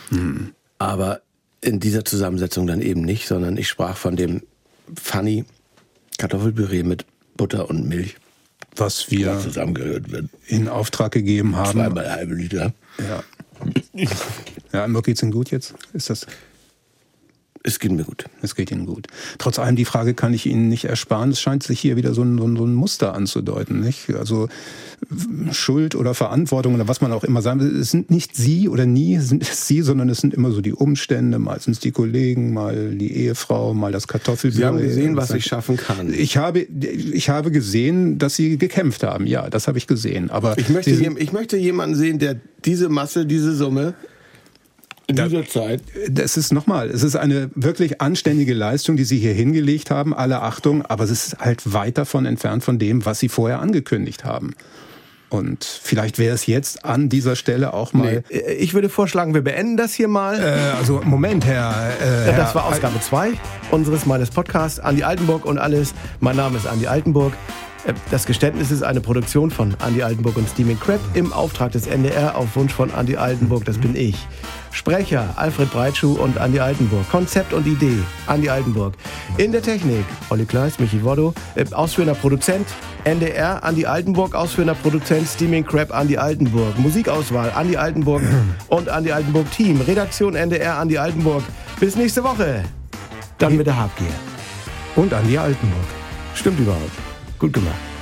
[SPEAKER 1] Aber in dieser Zusammensetzung dann eben nicht, sondern ich sprach von dem funny Kartoffelpüree mit Butter und Milch.
[SPEAKER 2] Was wir
[SPEAKER 1] zusammengehört wird.
[SPEAKER 2] In Auftrag gegeben haben.
[SPEAKER 1] 2,5 Liter.
[SPEAKER 2] Ja. Ja, Mirk, geht's Ihnen gut jetzt? Ist das?
[SPEAKER 1] Es geht mir gut.
[SPEAKER 2] Es geht Ihnen gut. Trotz allem, die Frage kann ich Ihnen nicht ersparen. Es scheint sich hier wieder so ein Muster anzudeuten, nicht? Also Schuld oder Verantwortung oder was man auch immer sagen will. Es sind nicht Sie oder nie sind es Sie, sondern es sind immer so die Umstände. Mal sind es die Kollegen, mal die Ehefrau, mal das Kartoffelpüree.
[SPEAKER 1] Sie haben gesehen, was ich schaffen kann.
[SPEAKER 2] Ich habe gesehen, dass Sie gekämpft haben. Ja, das habe ich gesehen. Aber
[SPEAKER 1] ich möchte jemanden sehen, der diese Masse, diese Summe in dieser Zeit.
[SPEAKER 2] Es ist eine wirklich anständige Leistung, die Sie hier hingelegt haben, alle Achtung, aber es ist halt weit davon entfernt von dem, was Sie vorher angekündigt haben. Und vielleicht wäre es jetzt an dieser Stelle auch mal...
[SPEAKER 1] Nee, ich würde vorschlagen, wir beenden das hier mal.
[SPEAKER 2] Also Moment,
[SPEAKER 1] das war Ausgabe 2 meines Podcasts, Andi Altenburg und alles. Mein Name ist Andi Altenburg. Das Geständnis ist eine Produktion von Andi Altenburg und Steaming Crab im Auftrag des NDR auf Wunsch von Andi Altenburg, das bin ich. Sprecher Alfred Breitschuh und Andi Altenburg. Konzept und Idee Andi Altenburg. In der Technik Olli Kleis, Michi Woddo. Ausführender Produzent NDR Andi Altenburg. Ausführender Produzent Steaming Crab Andi Altenburg. Musikauswahl Andi Altenburg und Andi Altenburg Team. Redaktion NDR Andi Altenburg. Bis nächste Woche. Dann mit der Habgier.
[SPEAKER 2] Und Andi Altenburg.
[SPEAKER 1] Stimmt überhaupt. Gut gemacht.